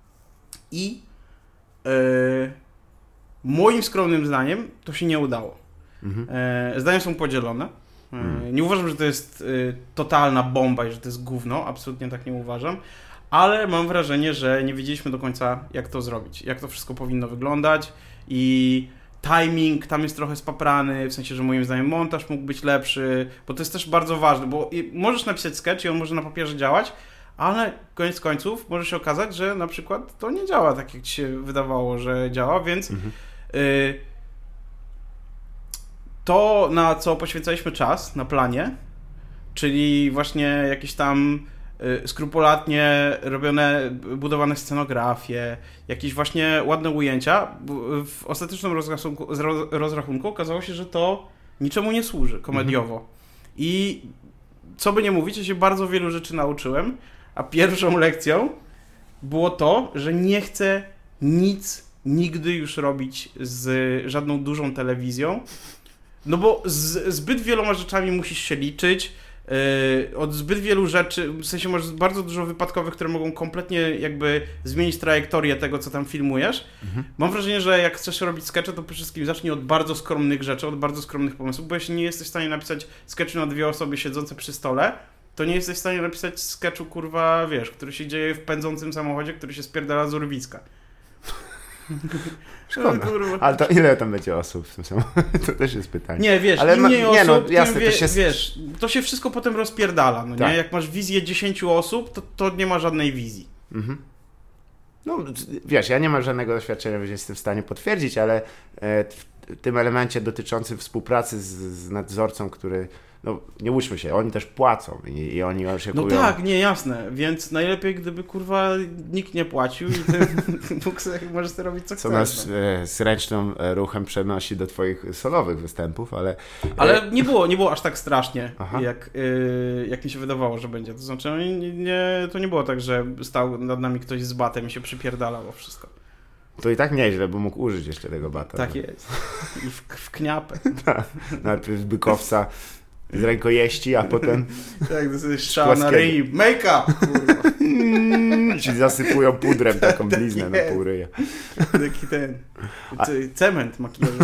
I e, moim skromnym zdaniem to się nie udało. Mhm. E, zdania są podzielone. E, mhm. Nie uważam, że to jest e, totalna bomba i że to jest gówno. Absolutnie tak nie uważam. Ale mam wrażenie, że nie wiedzieliśmy do końca, jak to zrobić, jak to wszystko powinno wyglądać i timing tam jest trochę spaprany, w sensie, że moim zdaniem montaż mógł być lepszy, bo to jest też bardzo ważne, bo możesz napisać sketch i on może na papierze działać, ale koniec końców może się okazać, że na przykład to nie działa tak, jak ci się wydawało, że działa, więc mhm. y, to, na co poświęcaliśmy czas na planie, czyli właśnie jakieś tam skrupulatnie robione, budowane scenografie, jakieś właśnie ładne ujęcia. W ostatecznym rozrachunku, rozrachunku okazało się, że to niczemu nie służy komediowo. Mhm. I co by nie mówić, ja się bardzo wielu rzeczy nauczyłem, a pierwszą lekcją było to, że nie chcę nic nigdy już robić z żadną dużą telewizją, no bo z zbyt wieloma rzeczami musisz się liczyć. Yy, od zbyt wielu rzeczy, w sensie masz bardzo dużo wypadkowych, które mogą kompletnie jakby zmienić trajektorię tego, co tam filmujesz. Mhm. Mam wrażenie, że jak chcesz robić skecze, to przede wszystkim zacznij od bardzo skromnych rzeczy, od bardzo skromnych pomysłów, bo jeśli nie jesteś w stanie napisać sketchu na dwie osoby siedzące przy stole, to nie jesteś w stanie napisać sketchu, kurwa, wiesz, który się dzieje w pędzącym samochodzie, który się spierdala z urwiska. Szkoda. Ale to ile tam będzie osób w tym samochodzie? To też jest pytanie. Nie, wiesz, ale im mniej ma, osób, nie, no, jasne, wie, to się... wiesz, to się wszystko potem rozpierdala, no tak. nie? Jak masz wizję dziesięciu osób, to, to nie ma żadnej wizji. Mhm. No, wiesz, ja nie mam żadnego doświadczenia, więc jestem w stanie potwierdzić, ale w tym elemencie dotyczącym współpracy z, z nadzorcą, który no nie łudźmy się, oni też płacą i, i oni oczekują... No tak, nie, jasne, więc najlepiej gdyby kurwa nikt nie płacił i ty mógł sobie, możesz sobie robić co, co chcesz. Co nas e, z ręcznym ruchem przenosi do twoich solowych występów, ale... Ale nie było, nie było aż tak strasznie, jak, y, jak mi się wydawało, że będzie. To znaczy, nie, nie, to nie było tak, że stał nad nami ktoś z batem i się przypierdalało wszystko. To i tak nieźle, bo mógł użyć jeszcze tego bata. Tak jest. I w, w kniapę. Najpierw z bykowca z rękojeści, a potem... Tak, to jest strzała na ryj. Make-up! Ci zasypują pudrem taką bliznę na pół ryja. Taki ten... Cement makijażowy.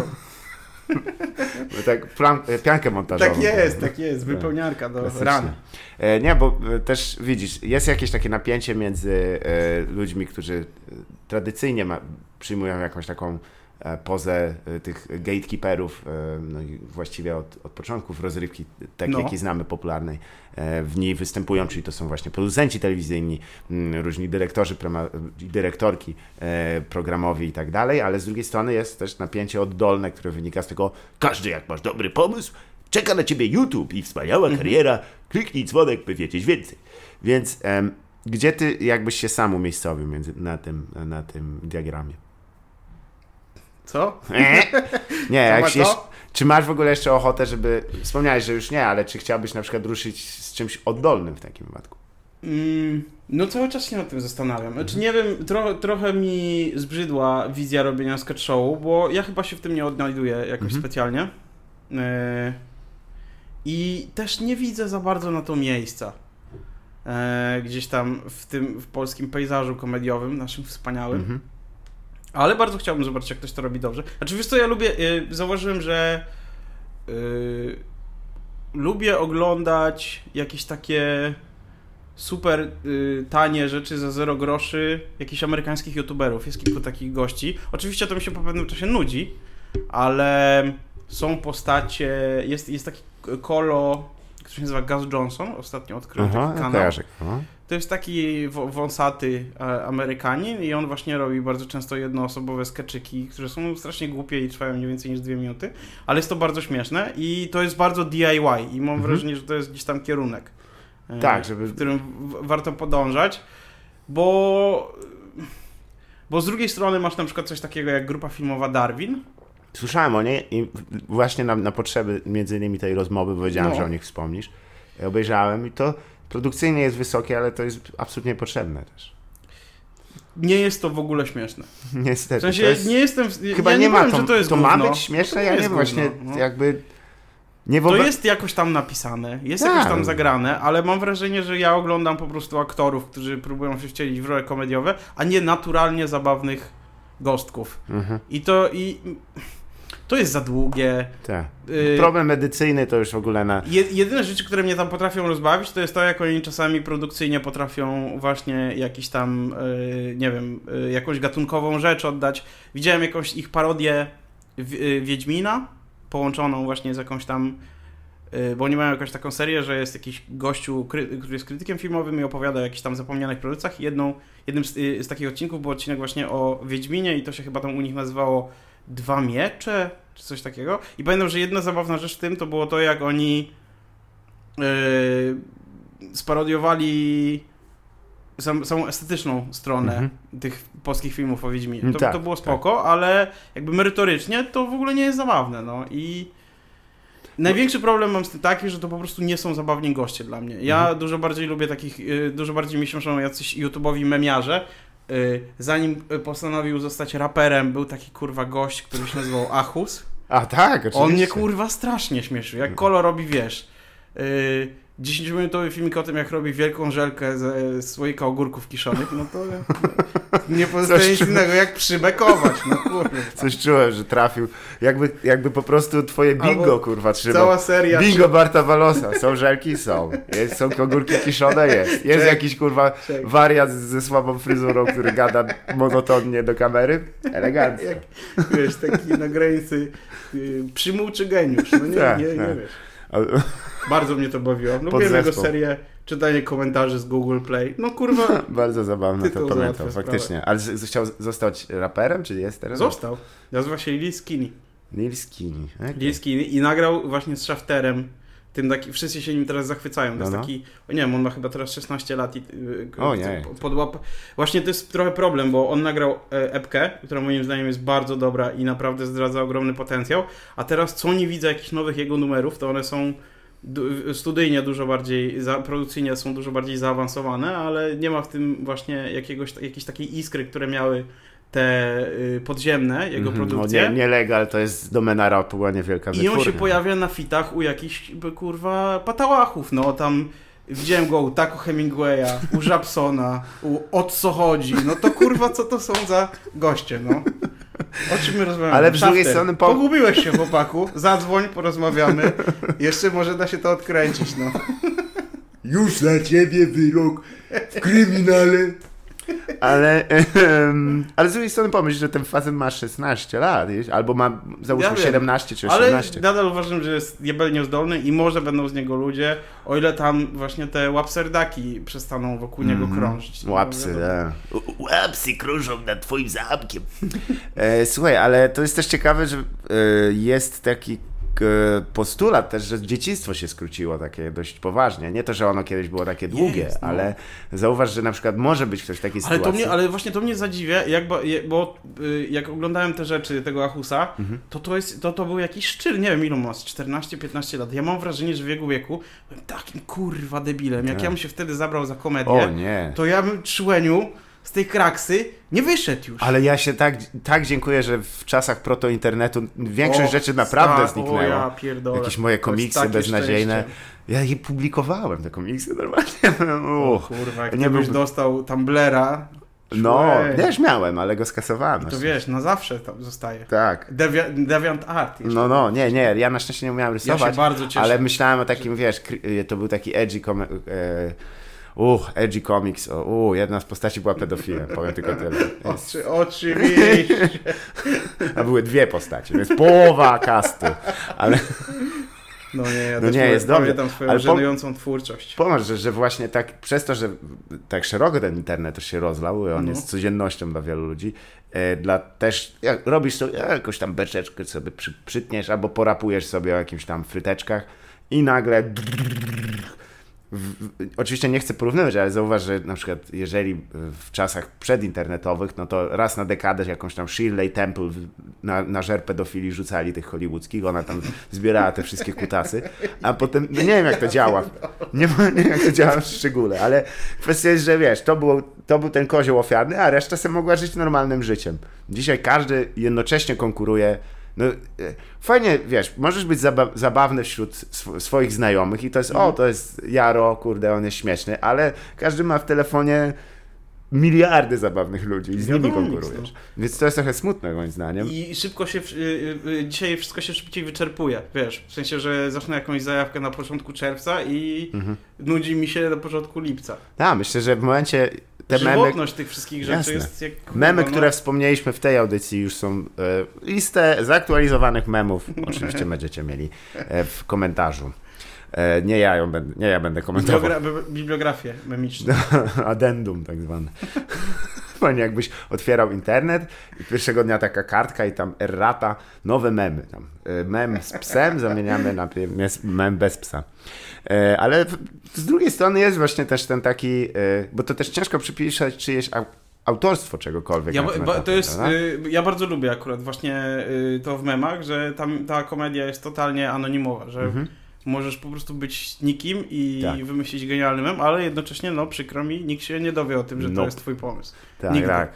Tak, plan, piankę montażową. Tak jest, tak jest. Wypełniarka do ran. E, nie, bo też widzisz, jest jakieś takie napięcie między e, ludźmi, którzy tradycyjnie ma, przyjmują jakąś taką e, pozę e, tych gatekeeperów, e, no i właściwie od, od początków rozrywki, tak no. jakiej znamy popularnej, e, w niej występują, czyli to są właśnie producenci telewizyjni, m, różni dyrektorzy, prema, dyrektorki e, programowi i tak dalej, ale z drugiej strony jest też napięcie oddolne, które wynika z tego, każdy jak masz dobry pomysł, czeka na ciebie YouTube i wspaniała kariera, kliknij dzwonek, by wiedzieć więcej. Więc em, gdzie ty jakbyś się sam umiejscowił między, na, tym, na tym diagramie? Co? Nie, jak jeszcze, czy masz w ogóle jeszcze ochotę, żeby, wspomniałeś, że już nie, ale czy chciałbyś na przykład ruszyć z czymś oddolnym w takim wypadku? Mm, no cały czas się nad tym zastanawiam. Znaczy nie wiem, tro, trochę mi zbrzydła wizja robienia sketch showu, bo ja chyba się w tym nie odnajduję jakoś mhm. specjalnie. Yy, I też nie widzę za bardzo na to miejsca. Yy, gdzieś tam w tym w polskim pejzażu komediowym, naszym wspaniałym. Mhm. Ale bardzo chciałbym zobaczyć, jak ktoś to robi dobrze. Znaczy wiesz co, ja lubię, yy, zauważyłem, że yy, lubię oglądać jakieś takie super y, tanie rzeczy za zero groszy jakichś amerykańskich youtuberów. Jest kilku takich gości. Oczywiście to mi się po pewnym czasie nudzi, ale są postacie, jest, jest taki kolo, który się nazywa Gus Johnson, ostatnio odkrył Aha, taki kanał. Kojarzę. Aha. To jest taki w- wąsaty Amerykanin i on właśnie robi bardzo często jednoosobowe skeczyki, które są strasznie głupie i trwają mniej więcej niż dwie minuty, ale jest to bardzo śmieszne i to jest bardzo D I Y i mam mhm. wrażenie, że to jest gdzieś tam kierunek. Tak, żeby... w którym w- warto podążać, bo bo z drugiej strony masz na przykład coś takiego jak grupa filmowa Darwin. Słyszałem o niej i właśnie na, na potrzeby między innymi tej rozmowy powiedziałem, no. że o nich wspomnisz. Ja obejrzałem i to produkcyjnie jest wysokie, ale to jest absolutnie potrzebne też. Nie jest to w ogóle śmieszne. Niestety. W sensie to jest... nie jestem... Chyba ja nie, nie ma powiem, to, że to jest to gówno. ma być śmieszne, ja nie wiem, właśnie no. jakby... Nie to wobec... jest jakoś tam napisane, jest tak. jakoś tam zagrane, ale mam wrażenie, że ja oglądam po prostu aktorów, którzy próbują się wcielić w role komediowe, a nie naturalnie zabawnych gostków. Mhm. I to i to jest za długie. Tak. Y... Problem medycyjny to już w ogóle na... Je, jedyne rzeczy, które mnie tam potrafią rozbawić, to jest to, jak oni czasami produkcyjnie potrafią właśnie jakiś tam, yy, nie wiem, yy, jakąś gatunkową rzecz oddać. Widziałem jakąś ich parodię w, yy, Wiedźmina, połączoną właśnie z jakąś tam, yy, bo oni mają jakąś taką serię, że jest jakiś gościu, kry, który jest krytykiem filmowym i opowiada o jakichś tam zapomnianych produkcjach. Jedną, jednym z, yy, z takich odcinków był odcinek właśnie o Wiedźminie i to się chyba tam u nich nazywało Dwa Miecze, czy coś takiego. I pamiętam, że jedna zabawna rzecz w tym to było to, jak oni yy, sparodiowali sam, samą estetyczną stronę mm-hmm. tych polskich filmów o Wiedźminie. To, tak, to było spoko, tak. ale jakby merytorycznie to w ogóle nie jest zabawne. No i największy problem mam z tym taki, że to po prostu nie są zabawni goście dla mnie. Ja mhm. dużo bardziej lubię takich, dużo bardziej mi się śmieszą jacyś YouTube'owi memiarze. Zanim postanowił zostać raperem, był taki kurwa gość, który się nazywał Achus. A tak, oczywiście. On mnie kurwa strasznie śmieszył. Jak Kolo robi, wiesz, dziesięciominutowy filmik o tym, jak robi wielką żelkę ze słoika ogórków kiszonych, no to nie pozostaje nic innego, jak przybekować, no kurwa. Coś czułem, że trafił. Jakby, jakby po prostu twoje bingo, albo kurwa, trzymał. Cała seria. Bingo Barta Walosa. Są żelki? Są. Jest, są ogórki kiszone? Jest. Jest Czek. jakiś, kurwa, Czek. wariat ze słabą fryzurą, który gada monotonnie do kamery? Elegancko. Jak, wiesz, taki na granicy y, przymuł czy geniusz, no nie, tak, nie, nie, nie wiesz. Ale... Bardzo mnie to bawiło. Lubię jego serię, czytanie komentarzy z Google Play. No kurwa. Bardzo zabawne, to pamiętam, faktycznie. Ale z- chciał zostać raperem, czy jest teraz? Został. Nazywa się Lil Skinny. Lil Skinny. Okay. Lil Skinny i nagrał właśnie z Shafterem Tym taki, wszyscy się nim teraz zachwycają. To no, jest no. taki, o nie wiem, on ma chyba teraz szesnaście lat i o, nie. podłap... Właśnie to jest trochę problem, bo on nagrał epkę, która moim zdaniem jest bardzo dobra i naprawdę zdradza ogromny potencjał, a teraz co nie widzę jakichś nowych jego numerów, to one są studyjnie dużo bardziej, produkcyjnie są dużo bardziej zaawansowane, ale nie ma w tym właśnie jakiegoś, jakiejś takiej iskry, które miały te y, podziemne, jego mm-hmm, produkcje. No nie, nielegal, to jest domena rapu, a nie wielka wytwórnia. I on się pojawia na fitach u jakichś, kurwa, patałachów, no tam widziałem go u Taco Hemingwaya, u Żabsona, u O co chodzi, no to kurwa, co to są za goście, no. O czym my rozmawiamy? Ale z drugiej strony... Po... Pogubiłeś się, chłopaku, zadzwoń, porozmawiamy, jeszcze może da się to odkręcić, no. Już na ciebie wyrok w kryminale. Ale, um, ale z drugiej strony pomyśl, że ten facet ma szesnaście lat, albo ma załóżmy ja siedemnaście czy osiemnaście. Ale nadal uważam, że jest jebelnie zdolny i może będą z niego ludzie, o ile tam właśnie te łapserdaki przestaną wokół mm-hmm. niego krążyć. No, łapsy, tak. Łapsy krążą nad twoim zamkiem. e, słuchaj, ale to jest też ciekawe, że e, jest taki postulat też, że dzieciństwo się skróciło takie dość poważnie. Nie to, że ono kiedyś było takie długie, jest, no. ale zauważ, że na przykład może być ktoś w takiej ale sytuacji. To mnie, ale właśnie to mnie zadziwia, jak, bo, bo jak oglądałem te rzeczy tego Achusa, mhm. to to, jest, to to był jakiś szczyt, nie wiem ilu ma, czternaście piętnaście lat. Ja mam wrażenie, że w jego wieku byłem takim kurwa debilem. Jak tak. ja bym się wtedy zabrał za komedię, o, nie. to ja bym człeniu z tej kraksy nie wyszedł już. Ale ja się tak, tak dziękuję, że w czasach proto-internetu większość o, rzeczy naprawdę sta, zniknęło. O, ja pierdolę. Jakieś moje komiksy beznadziejne. Szczęście. Ja je publikowałem, te komiksy normalnie. O kurwa, jak nie byś był... dostał Tumblera. No, też miałem, ale go skasowałem. To wiesz, na zawsze tam zostaje. Tak. Devi- Deviant Art. No, no, nie, nie, ja na szczęście nie umiałem rysować. Ja się bardzo cieszę. Ale myślałem o takim, wiesz, to był taki edgy kom- e- Uch, edgy comics, o, u, jedna z postaci była pedofilem, powiem tylko tyle. Jest... Oczy, oczywiście. A były dwie postaci, więc połowa castu, ale... No nie, ja no też nie, jest dobrze. Pamiętam swoją ale żenującą po... twórczość. Pomóż, że, że właśnie tak, przez to, że tak szeroko ten internet też się rozlał, on no. jest codziennością dla wielu ludzi, e, dla też, jak robisz sobie jakąś tam beczeczkę sobie przy, przytniesz, albo porapujesz sobie o jakimś tam fryteczkach i nagle... W, w, oczywiście nie chcę porównywać, ale zauważ, że na przykład jeżeli w czasach przedinternetowych, no to raz na dekadę jakąś tam Shirley Temple na, na żer pedofilii rzucali tych hollywoodzkich, ona tam zbierała te wszystkie kutasy, a potem, no nie wiem jak to działa, nie, nie wiem jak to działa w szczególe, ale kwestia jest, że wiesz, to był, to był ten kozioł ofiarny, a reszta sobie mogła żyć normalnym życiem. Dzisiaj każdy jednocześnie konkuruje. No, fajnie, wiesz, możesz być zaba- zabawny wśród sw- swoich znajomych i to jest, mm. o, to jest Jaro, kurde, on jest śmieszny, ale każdy ma w telefonie miliardy zabawnych ludzi i z nimi konkurujesz. No. Więc to jest trochę smutne moim zdaniem. I szybko się, yy, dzisiaj wszystko się szybciej wyczerpuje, wiesz, w sensie, że zacznę jakąś zajawkę na początku czerwca i mm-hmm. nudzi mi się na początku lipca. Tak, myślę, że w momencie te żywotność memy, tych wszystkich rzeczy jasne. Jest jak... Kurwa, memy, no. które wspomnieliśmy w tej audycji już są e, listę zaktualizowanych memów, oczywiście będziecie mieli e, w komentarzu. E, nie, ja ją będę, nie ja będę komentował. Bibliogra- bibliografię memiczną. Addendum tak zwane. Fajnie, jakbyś otwierał internet i pierwszego dnia taka kartka i tam errata, nowe memy. Tam, e, mem z psem zamieniamy na mem bez psa. E, ale z drugiej strony jest właśnie też ten taki, e, bo to też ciężko przypisać czyjeś autorstwo czegokolwiek. Ja, ba, to jest, y, ja bardzo lubię akurat właśnie y, to w memach, że tam ta komedia jest totalnie anonimowa, że mhm. możesz po prostu być nikim i tak. wymyślić genialny mem, ale jednocześnie, no przykro mi, nikt się nie dowie o tym, że no. to jest twój pomysł. Tak, Nigdy. tak.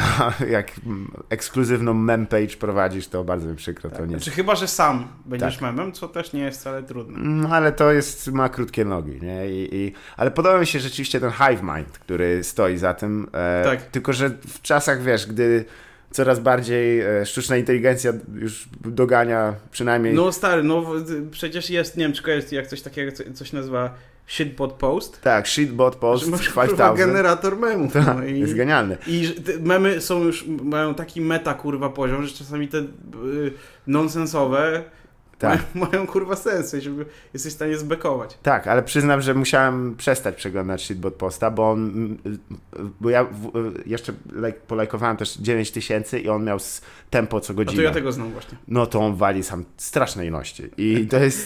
Jak ekskluzywną mem page prowadzisz, to bardzo mi przykro. Tak. To nie znaczy chyba, że sam będziesz tak. memem, co też nie jest wcale trudne. No, ale to jest, ma krótkie nogi, nie? I, i, ale podoba mi się rzeczywiście ten hive mind, który stoi za tym. E, tak. Tylko, że w czasach, wiesz, gdy coraz bardziej e, sztuczna inteligencja już dogania przynajmniej... No stary, no przecież jest, nie wiem, czy jest jak coś takiego, coś nazywa shitbot post. Tak, shitbot post pięć tysięcy. Generator memów. Tak, no i, jest genialny. I te memy są już, mają taki meta kurwa poziom, że czasami te y, nonsensowe tak. mają, mają kurwa sens, żeby jesteś w stanie zbekować. Tak, ale przyznam, że musiałem przestać przeglądać shitbot posta, bo on, bo ja w, jeszcze like, polajkowałem też dziewięć tysięcy i on miał tempo co godzinę. A to ja tego znam właśnie. No to on wali sam straszne ilości i to jest...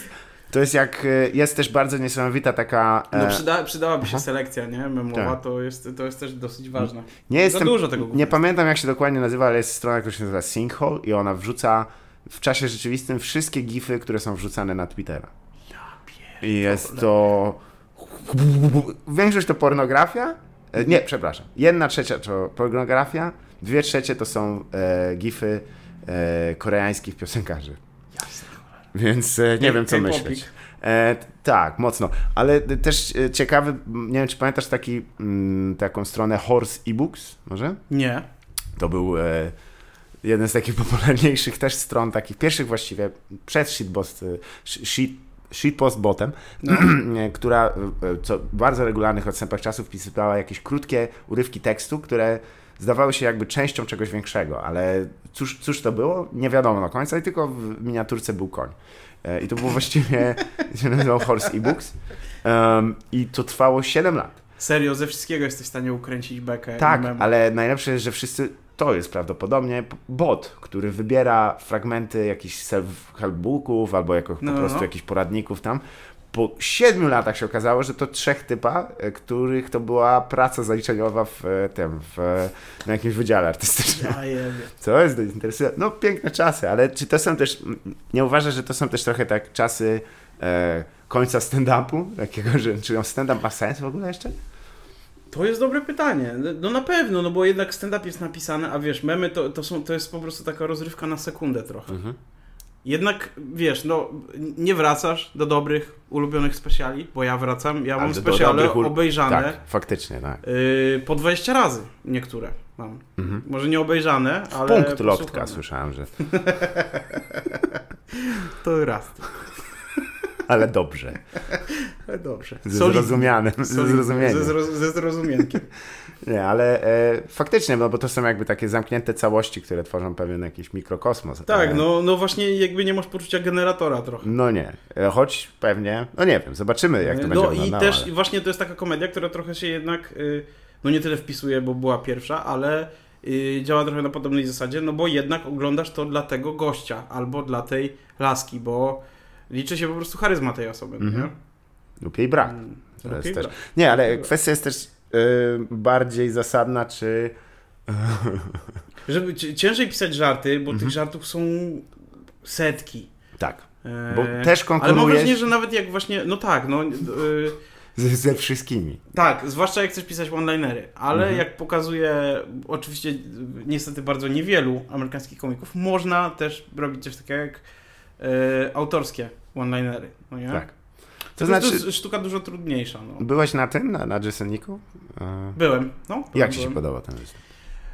To jest jak, jest też bardzo niesamowita taka... No przyda, przydałaby się Aha. selekcja, nie? Memowa, tak. to, jest, to jest też dosyć ważne. Nie jestem, Za dużo tego nie pamiętam jak się dokładnie nazywa, ale jest strona, która się nazywa Sinkhole i ona wrzuca w czasie rzeczywistym wszystkie gify, które są wrzucane na Twittera. Ja pierdolę. I jest to... Większość to pornografia. Nie, przepraszam. Jedna trzecia to pornografia, dwie trzecie to są e, gify e, koreańskich piosenkarzy. Jasne. Więc e, nie wiem, co myśleć. E, tak, mocno. Ale też e, ciekawy, nie wiem, czy pamiętasz taki, m, taką stronę Horse eBooks, może? Nie. To był e, jeden z takich popularniejszych też stron, takich pierwszych właściwie, przed Shitpost, shit, Shitpost botem, no. która co w bardzo regularnych odstępach czasu wpisywała jakieś krótkie urywki tekstu, które zdawały się jakby częścią czegoś większego, ale cóż, cóż to było? Nie wiadomo do końca i tylko w miniaturce był koń. I to było właściwie, się nazywał Horse eBooks um, i to trwało siedem lat. Serio, ze wszystkiego jesteś w stanie ukręcić bekę. Tak, ale najlepsze jest, że wszyscy, to jest prawdopodobnie bot, który wybiera fragmenty jakichś self-help booków albo jako, no, po prostu no. jakichś poradników tam. Po siedmiu latach się okazało, że to trzech typa, których to była praca zaliczeniowa w tym, w, na jakimś wydziale artystycznym. Ja je Co jest interesujące? No piękne czasy, ale czy to są też, nie uważasz, że to są też trochę tak czasy e, końca stand-upu? Takiego, że czy stand-up ma sens w ogóle jeszcze? To jest dobre pytanie. No na pewno, no bo jednak stand-up jest napisane, a wiesz, memy to, to, są, to jest po prostu taka rozrywka na sekundę trochę. Mhm. Jednak, wiesz, no nie wracasz do dobrych, ulubionych specjali, bo ja wracam, ja ale mam specjale ul... obejrzane. Tak, faktycznie, tak. Yy, po dwadzieścia razy niektóre mam. Mhm. Może nie obejrzane, ale punkt lotka słyszałem, że... To raz. Ale dobrze. Dobrze. Ze zrozumianym. Ze zrozumieniem. Ze, zro, ze zrozumienkiem. Nie, ale e, faktycznie, no bo to są jakby takie zamknięte całości, które tworzą pewien jakiś mikrokosmos. Tak, ale... no, no właśnie jakby nie masz poczucia generatora trochę. No nie, e, choć pewnie, no nie wiem, zobaczymy jak to no będzie i wyglądało. też ale... właśnie to jest taka komedia, która trochę się jednak, y, no nie tyle wpisuje, bo była pierwsza, ale y, działa trochę na podobnej zasadzie, no bo jednak oglądasz to dla tego gościa albo dla tej laski, bo liczy się po prostu charyzma tej osoby, mm-hmm. nie? Lub jej brak. Mm, to lub jest jej też... brak. Nie, ale kwestia jest też yy, bardziej zasadna, czy... Żeby ciężej pisać żarty, bo mm-hmm. tych żartów są setki. Tak, bo e... też konkurujesz... Ale mam wrażenie, że nawet jak właśnie, no tak, no... Yy... Ze, ze wszystkimi. Tak, zwłaszcza jak chcesz pisać one-linery, ale mm-hmm. jak pokazuje oczywiście niestety bardzo niewielu amerykańskich komików, można też robić coś takiego jak e, autorskie one-linery, no nie? Tak. To, to znaczy, to jest sztuka dużo trudniejsza. No. Byłeś na tym, na, na Jasoniku? E... Byłem, no. Jak byłem. ci się podobał ten występ?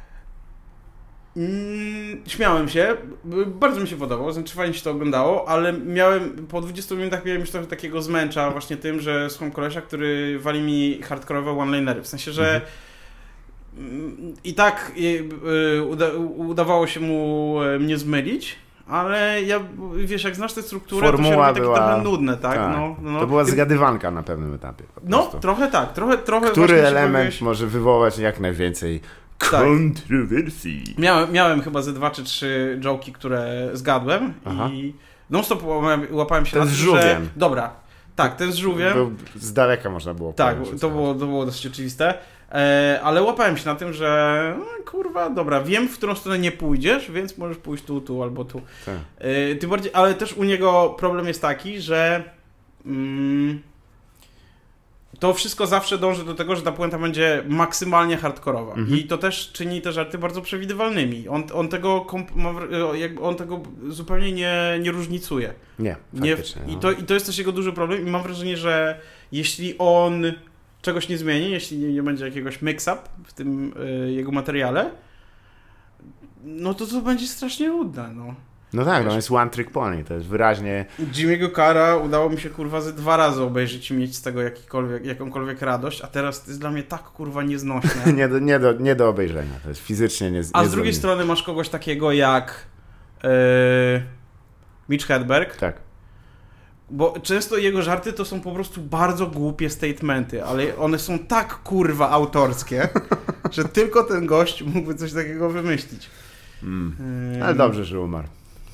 Mm, śmiałem się, bardzo mi się podobało, znaczy fajnie się to oglądało, ale miałem, po dwudziestu minutach miałem już trochę takiego zmęcza właśnie tym, że słucham kolesia, który wali mi hardkorowe one-linery, w sensie, że mhm. i tak uda, udawało się mu mnie zmylić, ale ja, wiesz, jak znasz tę strukturę, formuła to się robi takie była... trochę nudne, tak? tak. No, no. To była zgadywanka na pewnym etapie. No, trochę tak, trochę, trochę który element powiesz... może wywołać jak najwięcej kontrowersji. Tak. Miałem, miałem chyba ze dwa czy trzy joke'i, które zgadłem. Aha. I non-stop łapałem, łapałem się ten na tym, że... Żółwiem. Dobra, tak, ten z żółwiem. Był, z daleka można było tak, powiedzieć. Tak, to było, to było dosyć oczywiste. E, ale łapałem się na tym, że no, kurwa, dobra, wiem, w którą stronę nie pójdziesz, więc możesz pójść tu, tu albo tu. Tak. E, tym bardziej, ale też u niego problem jest taki, że mm, to wszystko zawsze dąży do tego, że ta puenta będzie maksymalnie hardkorowa. Mhm. I to też czyni te żarty bardzo przewidywalnymi. On, on, tego, on tego zupełnie nie, nie różnicuje. Nie, faktycznie. Nie, i, to, I to jest też jego duży problem i mam wrażenie, że jeśli on czegoś nie zmieni, jeśli nie, nie będzie jakiegoś mix-up w tym y, jego materiale, no to to będzie strasznie nudne, no. No tak, no jest one trick pony, to jest wyraźnie... Jimmy'ego Carra udało mi się kurwa ze dwa razy obejrzeć i mieć z tego jakikolwiek, jakąkolwiek radość, a teraz to jest dla mnie tak kurwa nieznośne. nie, do, nie, do, nie do obejrzenia, to jest fizycznie nie, A z drugiej strony masz kogoś takiego jak yy, Mitch Hedberg. Tak. Bo często jego żarty to są po prostu bardzo głupie statementy, ale one są tak kurwa autorskie, że tylko ten gość mógłby coś takiego wymyślić. Mm. Ale dobrze, że umarł.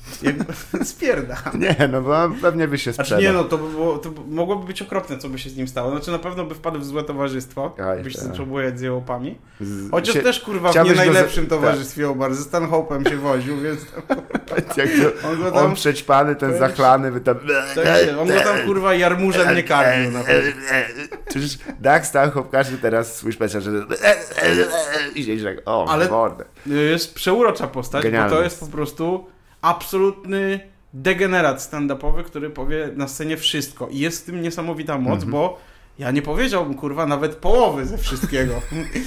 Jakby spierdam. Nie, no bo pewnie by się sprzedał. Znaczy nie, no to, by było, to mogłoby być okropne, co by się z nim stało. Znaczy na pewno by wpadł w złe towarzystwo, Aj, byś się tak. zaczął bujać z jełopami. Z- Chociaż się- też kurwa w chciałbyś nie go najlepszym za- towarzystwie obar. Ze Stanhope'em się woził, więc tam, Jak to, on go on tam... przećpany, ten powiem ci- zachlany, by tam... tak się- on go tam kurwa jarmużem nie karmił. Na pewno. Przecież Doug Stanhope każdy teraz swój specjal, że... I siedzisz tak, o, Ale- mordę. Jest przeurocza postać, Genialny. bo to jest po prostu absolutny degenerat stand-upowy, który powie na scenie wszystko. I jest w tym niesamowita moc, Mhm. bo ja nie powiedziałbym, kurwa, nawet połowy ze wszystkiego.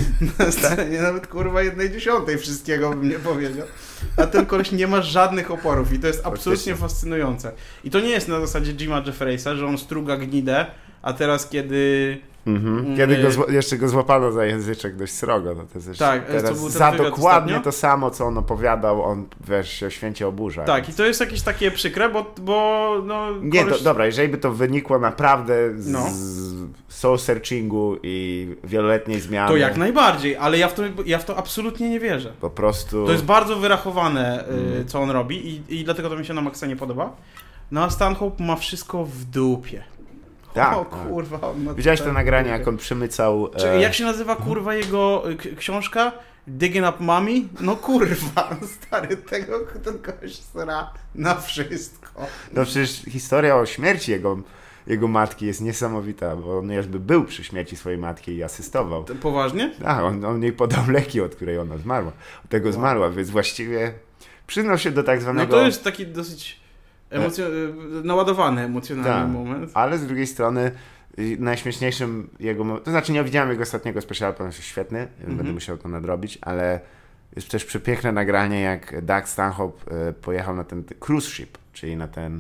Na scenie nawet, kurwa, jednej dziesiątej wszystkiego bym nie powiedział. A ten koleś nie ma żadnych oporów i to jest absolutnie Faktycznie. fascynujące. I to nie jest na zasadzie Jima Jeffreysa, że on struga gnidę, a teraz kiedy... Mhm. Kiedy go zła- jeszcze go złapano za języczek dość srogo, no to też Tak, co teraz był ten za wywiad dokładnie ostatnio? to samo, co on opowiadał, on wiesz, się święcie oburza. Tak, i to jest jakieś takie przykre, bo, bo no... Nie, koleś... to, dobra, jeżeli by to wynikło naprawdę z, No. z soul searchingu i wieloletniej zmiany, To jak najbardziej, ale ja w to, ja w to absolutnie nie wierzę. po prostu... To jest bardzo wyrachowane, y, Mm. co on robi i, i dlatego to mi się na maksa nie podoba. No a Stanhope ma wszystko w dupie. Tak, O tak. kurwa. On ma Widziałeś tak to nagranie, w dupie. jak on przymycał... Czy, e, jak się nazywa kurwa jego y, k- książka? Digging Up Mommy? No kurwa, stary, tego ten kogoś sra na wszystko. No przecież historia o śmierci jego, jego matki jest niesamowita, bo on jakby był przy śmierci swojej matki i asystował. To poważnie? Tak, on, on jej podał leki, od której ona zmarła. Od tego Wow. zmarła, więc właściwie przyznał się do tak No zwanego... to jest taki dosyć emocjo- y, naładowany emocjonalny Tak. moment. Ale z drugiej strony y, najśmieszniejszym jego... mo- To znaczy nie widziałem jego ostatniego specialu, ponieważ jest świetny, Mhm. będę musiał to nadrobić, ale jest też przepiękne nagranie, jak Doug Stanhope y, pojechał na ten cruise ship, czyli na ten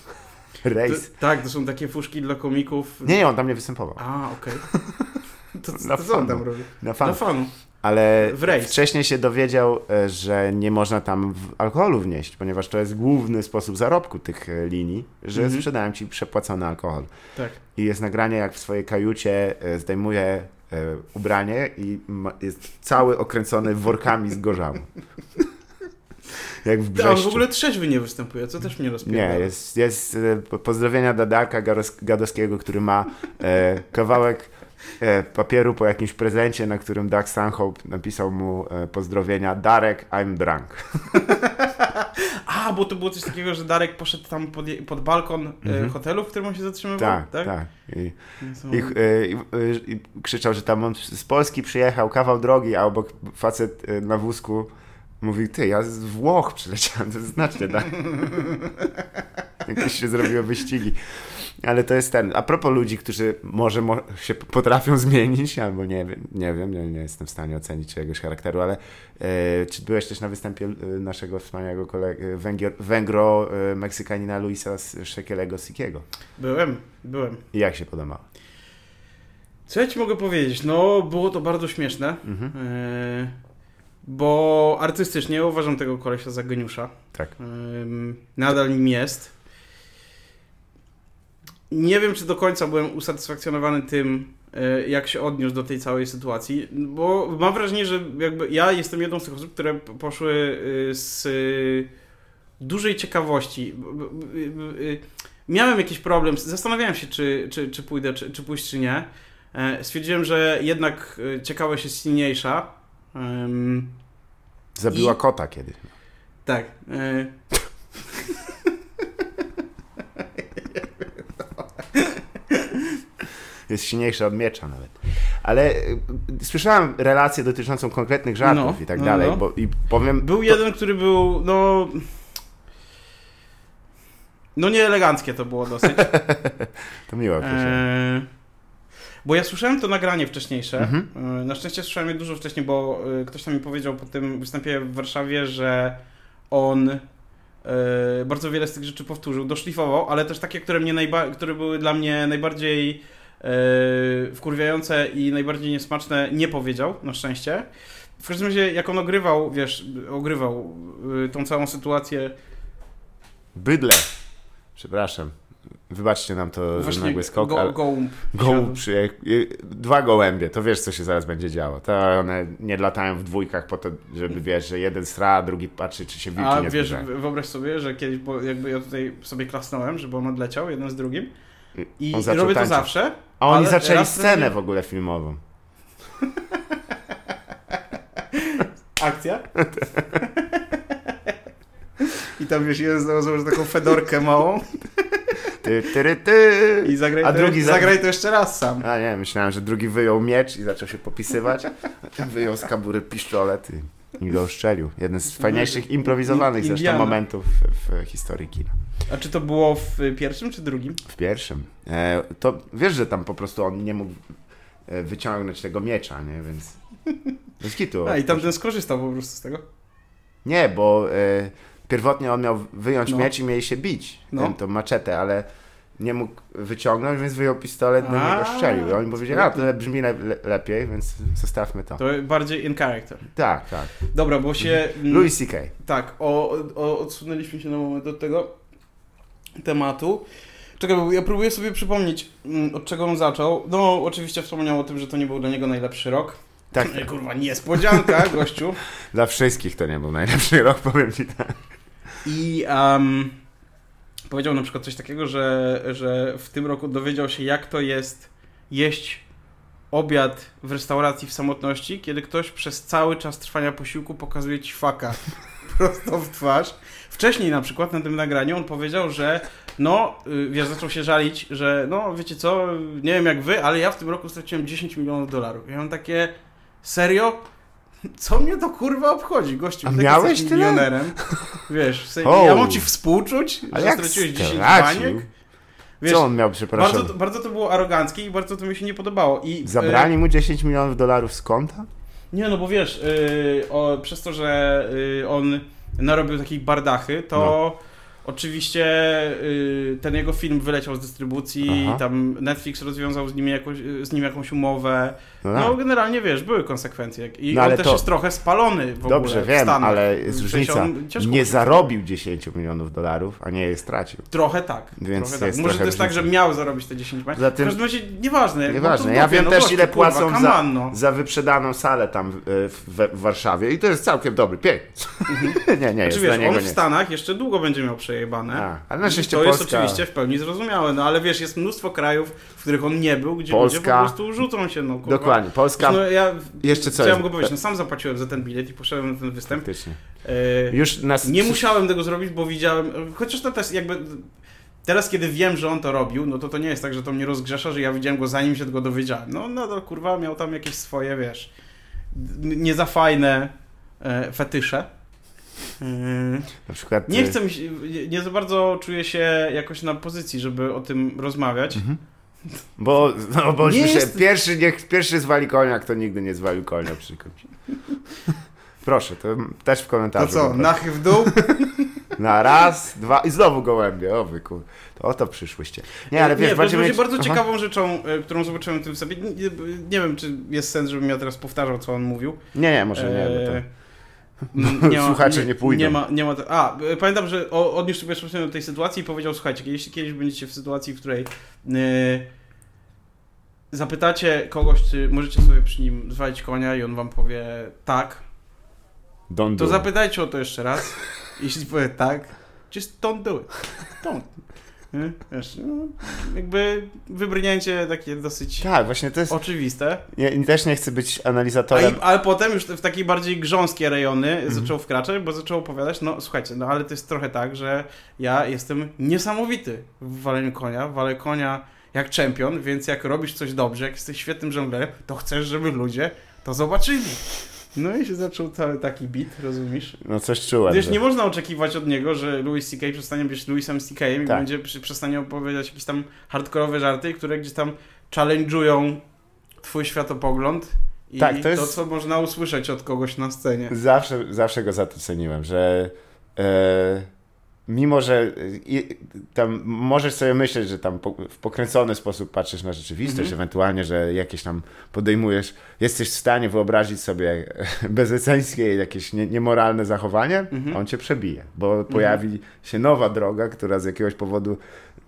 To, rejs. tak, to są takie fuszki dla komików. Nie, nie, on tam nie występował. A, okej. To, to, Na to co on fanu. tam robi? Na fan. Dla fanu. Ale W rejs. wcześniej się dowiedział, e, że nie można tam w- alkoholu wnieść, ponieważ to jest główny sposób zarobku tych e, linii, że Mhm. sprzedają ci przepłacony alkohol. Tak. I jest nagranie, jak w swojej kajucie e, zdejmuje e, ubranie i ma, jest cały okręcony workami z gorzałą. Jak w A on w Brześciu. ogóle trzeźwy nie występuje, co też mnie rozpierdala. Nie, jest, jest e, po- pozdrowienia dla Daka Garos- Gadowskiego, który ma e, kawałek e, papieru po jakimś prezencie, na którym Doug Stanhope napisał mu e, pozdrowienia: Darek, I'm drunk. A, bo to było coś takiego, że Darek poszedł tam pod, je- pod balkon Mhm. e, hotelu, w którym on się zatrzymywał, Tak, tak? tak. I, Są- i, e, i, e, i krzyczał, że tam on z Polski przyjechał, kawał drogi, a obok facet e, na wózku mówi: ty, ja z Włoch przyleciałem, to znacznie, tak? Jakieś się zrobiło wyścigi. Ale to jest ten, a propos ludzi, którzy może mo- się potrafią zmienić, albo nie wiem, nie wiem, nie, nie jestem w stanie ocenić czegoś charakteru, ale e, czy byłeś też na występie e, naszego wspaniałego kolegi, Węgier, Węgro-Meksykanina Luisa Szekielego Sikiego? Byłem, byłem. I jak się podobało? Co ja ci mogę powiedzieć? No, było to bardzo śmieszne, Mhm. e, bo artystycznie uważam tego kolesia za geniusza. Tak. Ym, nadal nim jest. Nie wiem, czy do końca byłem usatysfakcjonowany tym, y, jak się odniósł do tej całej sytuacji, bo mam wrażenie, że jakby ja jestem jedną z tych osób, które p- poszły y, z y, dużej ciekawości. B- b- b- y, Miałem jakiś problem, zastanawiałem się, czy, czy, czy pójdę, czy, czy pójść, czy nie. E, Stwierdziłem, że jednak y, ciekawość jest silniejsza. Ym, Zabiła I- kota kiedyś. Tak. y, Jest silniejsza od miecza nawet. Ale y, słyszałem relację dotyczącą konkretnych żartów No, i tak no, dalej, no. bo i powiem... Był to- jeden, który był, no... No nieeleganckie to było dosyć. To miłe określenie. Eee, bo ja słyszałem to nagranie wcześniejsze. Mhm. Eee, na szczęście słyszałem je dużo wcześniej, bo e, ktoś tam mi powiedział po tym występie w Warszawie, że on e, bardzo wiele z tych rzeczy powtórzył, doszlifował, ale też takie, które, mnie najba- które były dla mnie najbardziej e, wkurwiające i najbardziej niesmaczne, nie powiedział, na szczęście. W każdym razie, jak on ogrywał, wiesz, ogrywał y, tą całą sytuację. Bydle. Przepraszam. Wybaczcie nam to Właśnie nagły skok, go, ale gołąb. gołąb przyjechał. Dwa gołębie, to wiesz, co się zaraz będzie działo. To one nie latają w dwójkach po to, żeby wiesz, że jeden stra, a drugi patrzy, czy się wilki a nie wiesz, zbliżają. wyobraź sobie, że kiedyś, bo jakby ja tutaj sobie klasnąłem, żeby on odleciał jeden z drugim i On zaczął robię to tańczyć. zawsze. A oni ale zaczęli raz scenę zrobię- w ogóle filmową. Akcja. I tam wiesz, jeden założył taką fedorkę małą Ty, ty, ty. i zagraj, A to, drugi za- zagraj to jeszcze raz sam. A nie, myślałem, że drugi wyjął miecz i zaczął się popisywać, a ten wyjął z kabury piszczolet i, i go oszczelił. Jeden z fajniejszych improwizowanych zresztą Indiana. momentów w, w historii kina. A czy to było w pierwszym czy drugim? W pierwszym. E, to wiesz, że tam po prostu on nie mógł e, wyciągnąć tego miecza, nie? Więc... Bez kitu. A i tamten skorzystał po prostu z tego. Nie, bo e, pierwotnie on miał wyjąć No. miecz i mieli się bić, No. ten, tą maczetę, ale nie mógł wyciągnąć, więc wyjął pistolet, do A, niego strzelił. I oni powiedzieli, a to brzmi le- le- lepiej, więc zostawmy to. To bardziej in character. Tak, tak. Dobra, bo się... mm, Louis C K. Tak, o, o, odsunęliśmy się na moment od tego tematu. Czekaj, bo ja próbuję sobie przypomnieć, mm, od czego on zaczął. No, oczywiście wspomniał o tym, że to nie był dla niego najlepszy rok. Tak, Ej, kurwa, niespodzianka, gościu. dla wszystkich to nie był najlepszy rok, powiem ci tak. I um, powiedział na przykład coś takiego, że, że w tym roku dowiedział się, jak to jest jeść obiad w restauracji w samotności, kiedy ktoś przez cały czas trwania posiłku pokazuje ci faka prosto w twarz. Wcześniej na przykład na tym nagraniu on powiedział, że no, y, wiesz, zaczął się żalić, że no, wiecie co, nie wiem jak wy, ale ja w tym roku straciłem dziesięć milionów dolarów. Ja mam takie, serio? Co mnie to kurwa obchodzi, gościu? A tak miałeś jesteś tyle? milionerem. Wiesz, w sensie, Oh. ja mam ci współczuć, Ale że jak straciłeś dziesięć stracił? baniek? Wiesz, Co on miał, przepraszam? bardzo, to- bardzo to było aroganckie i bardzo to mi się nie podobało. I, Zabrali mu dziesięć milionów dolarów z konta? Nie, no bo wiesz, yy, o, przez to, że yy, on narobił takiej bardachy, to No. oczywiście yy, ten jego film wyleciał z dystrybucji, Aha. tam Netflix rozwiązał z nim, jakoś, z nim jakąś umowę. No, No tak. generalnie wiesz, były konsekwencje. I No, on ale też to- jest trochę spalony w ogóle Dobrze, w wiem, Stanach. ale W jest sensie różnica. on ciężko Nie mu- zarobił dziesięć milionów dolarów, a nie je stracił. Trochę tak. Więc trochę tak. jest Może trochę to jest tak, że różnicy. miał zarobić te dziesięć baniek. Za W tym- każdym razie nieważne. jak Nieważne, mam to ja mówię, wiem no też gościu, ile kurwa, płacą come za, on, no. za wyprzedaną salę tam w, w, w Warszawie i to jest całkiem dobry pieniądz. nie, nie jest Czy dla wiesz, niego on w nie. Stanach jeszcze długo będzie miał przejebane. A, ale na szczęście to jest Polska- oczywiście w pełni zrozumiałe, no ale wiesz, jest mnóstwo krajów, w których on nie był, gdzie Polska- ludzie po prostu rzucą się, no kurwa. Dokładnie, Polska No, ja, jeszcze co co ja jest- mogę powiedzieć, no sam zapłaciłem za ten bilet i poszedłem na ten występ. faktycznie. E, Już nas... nie musiałem tego zrobić, bo widziałem, chociaż to też jakby... Teraz, kiedy wiem, że on to robił, no to to nie jest tak, że to mnie rozgrzesza, że ja widziałem go zanim się tego dowiedziałem. No, no to kurwa miał tam jakieś swoje, wiesz, nie za fajne e, fetysze. E, Na przykład... Nie y, chcę mi się, nie, nie za bardzo czuję się jakoś na pozycji, żeby o tym rozmawiać. Bo, no, bo Nie już jest- pierwszy, niech pierwszy zwali konia, kto nigdy nie zwalił konia przy kimś. Proszę, to też w To komentarzu. co, poproszę. nachy w dół? Na raz, dwa i znowu gołębie. O wy kur... To o to przyszłyście. Nie, ale wiesz, nie, będziemy będzie mieć... bardzo Aha. ciekawą rzeczą, e, którą zobaczyłem w tym sobie. Nie, nie wiem, czy jest sens, żebym ja teraz powtarzał, co on mówił. Nie, nie, może nie. Bo E, to... m, Słuchacze nie pójdą. Nie ma, nie ma te, a, e, pamiętam, że o- odniósł sobie bezpośrednio do tej sytuacji i powiedział, słuchajcie, jeśli kiedyś będziecie w sytuacji, w której e, zapytacie kogoś, czy możecie sobie przy nim zwalić konia i on wam powie tak, Don't to do. zapytajcie o to jeszcze raz. Jeśli powie tak, just don't do it. Don't. Nie? Wiesz, no, jakby wybrnięcie takie dosyć Tak, właśnie to jest... oczywiste. Ja też nie chcę być A analizatorem. i, ale potem już w takie bardziej grząskie rejony Mhm. zaczął wkraczać, bo zaczął opowiadać, no słuchajcie, no ale to jest trochę tak, że ja jestem niesamowity w waleniu konia, walę konia jak czempion, więc jak robisz coś dobrze, jak jesteś świetnym żonglerem, to chcesz, żeby ludzie to zobaczyli. No i się zaczął cały taki beat, rozumiesz? No coś czułem. Wiesz, że- nie można oczekiwać od niego, że Louis C K przestanie być Louisem C K-em i Tak. będzie przy, przestanie opowiadać jakieś tam hardkorowe żarty, które gdzieś tam challenge'ują twój światopogląd i Tak, to to, jest- co można usłyszeć od kogoś na scenie. Zawsze, zawsze go za to ceniłem, że e, mimo, że i, tam możesz sobie myśleć, że tam po, w pokręcony sposób patrzysz na rzeczywistość, Mhm. ewentualnie, że jakieś tam podejmujesz, jesteś w stanie wyobrazić sobie bezeceńskie jakieś nie, niemoralne zachowanie, Mhm. on cię przebije, bo pojawi się nowa droga, która z jakiegoś powodu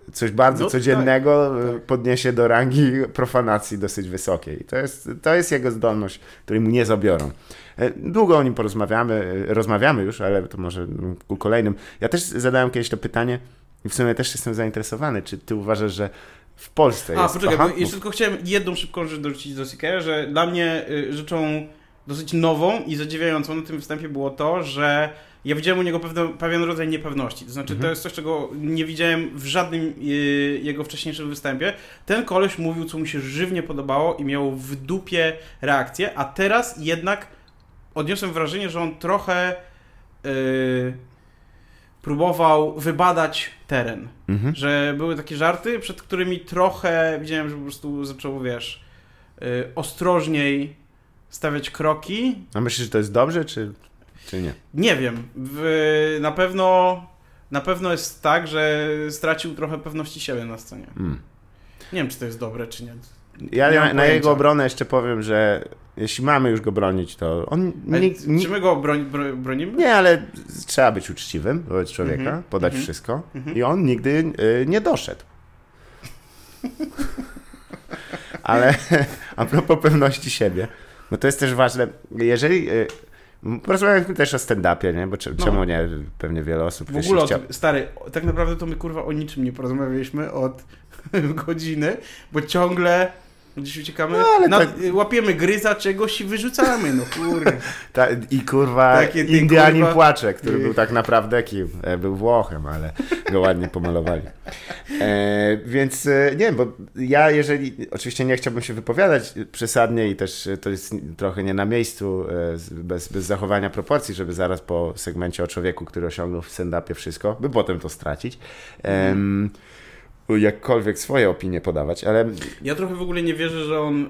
coś bardzo no, codziennego tak. podniesie do rangi profanacji dosyć wysokiej. To jest, to jest jego zdolność, której mu nie zabiorą. Długo o nim porozmawiamy, rozmawiamy już, ale to może ku kolejnym. Ja też zadałem kiedyś to pytanie i w sumie też jestem zainteresowany, czy ty uważasz, że w Polsce A, jest... poczekaj, Aha, bo jeszcze tylko chciałem jedną szybką rzecz dorzucić do Sikaja, że dla mnie y, rzeczą dosyć nową i zadziwiającą na tym występie było to, że ja widziałem u niego pewne, pewien rodzaj niepewności. To znaczy, mhm. to jest coś, czego nie widziałem w żadnym y, jego wcześniejszym występie. Ten koleś mówił, co mu się żywnie podobało i miał w dupie reakcję, a teraz jednak odniosłem wrażenie, że on trochę y, próbował wybadać teren. Mhm. Że były takie żarty, przed którymi trochę widziałem, że po prostu zaczął, wiesz, y, ostrożniej stawiać kroki. A myślisz, że to jest dobrze, czy, czy nie? Nie wiem. W, na pewno na pewno jest tak, że stracił trochę pewności siebie na scenie. Mm. Nie wiem, czy to jest dobre, czy nie. Ja nie na, na jego obronę jeszcze powiem, że jeśli mamy już go bronić, to on... Nie, nie, czy my go broń, bro, bronimy? Nie, ale trzeba być uczciwym wobec człowieka, mm-hmm, podać mm-hmm, wszystko mm-hmm. i on nigdy y, nie doszedł. Ale a propos pewności siebie, no to jest też ważne, jeżeli... Y, porozmawialiśmy też o stand-upie, nie? Bo czemu no. nie? Pewnie wiele osób... W ogóle, chciał... stary, tak naprawdę to my kurwa o niczym nie porozmawialiśmy od godziny, bo ciągle... Gdzieś uciekamy, no, na, tak... łapiemy gryza czegoś i wyrzucamy, no kurde. Ta, I kurwa Takie, Indianin kurwa... płacze, który był tak naprawdę kim? Był Włochem, ale go ładnie pomalowali. E, więc nie wiem, bo ja jeżeli, oczywiście nie chciałbym się wypowiadać przesadnie i też to jest trochę nie na miejscu, bez, bez zachowania proporcji, żeby zaraz po segmencie o człowieku, który osiągnął w stand-upie wszystko, by potem to stracić. E, mm. jakkolwiek swoje opinie podawać, ale... Ja trochę w ogóle nie wierzę, że on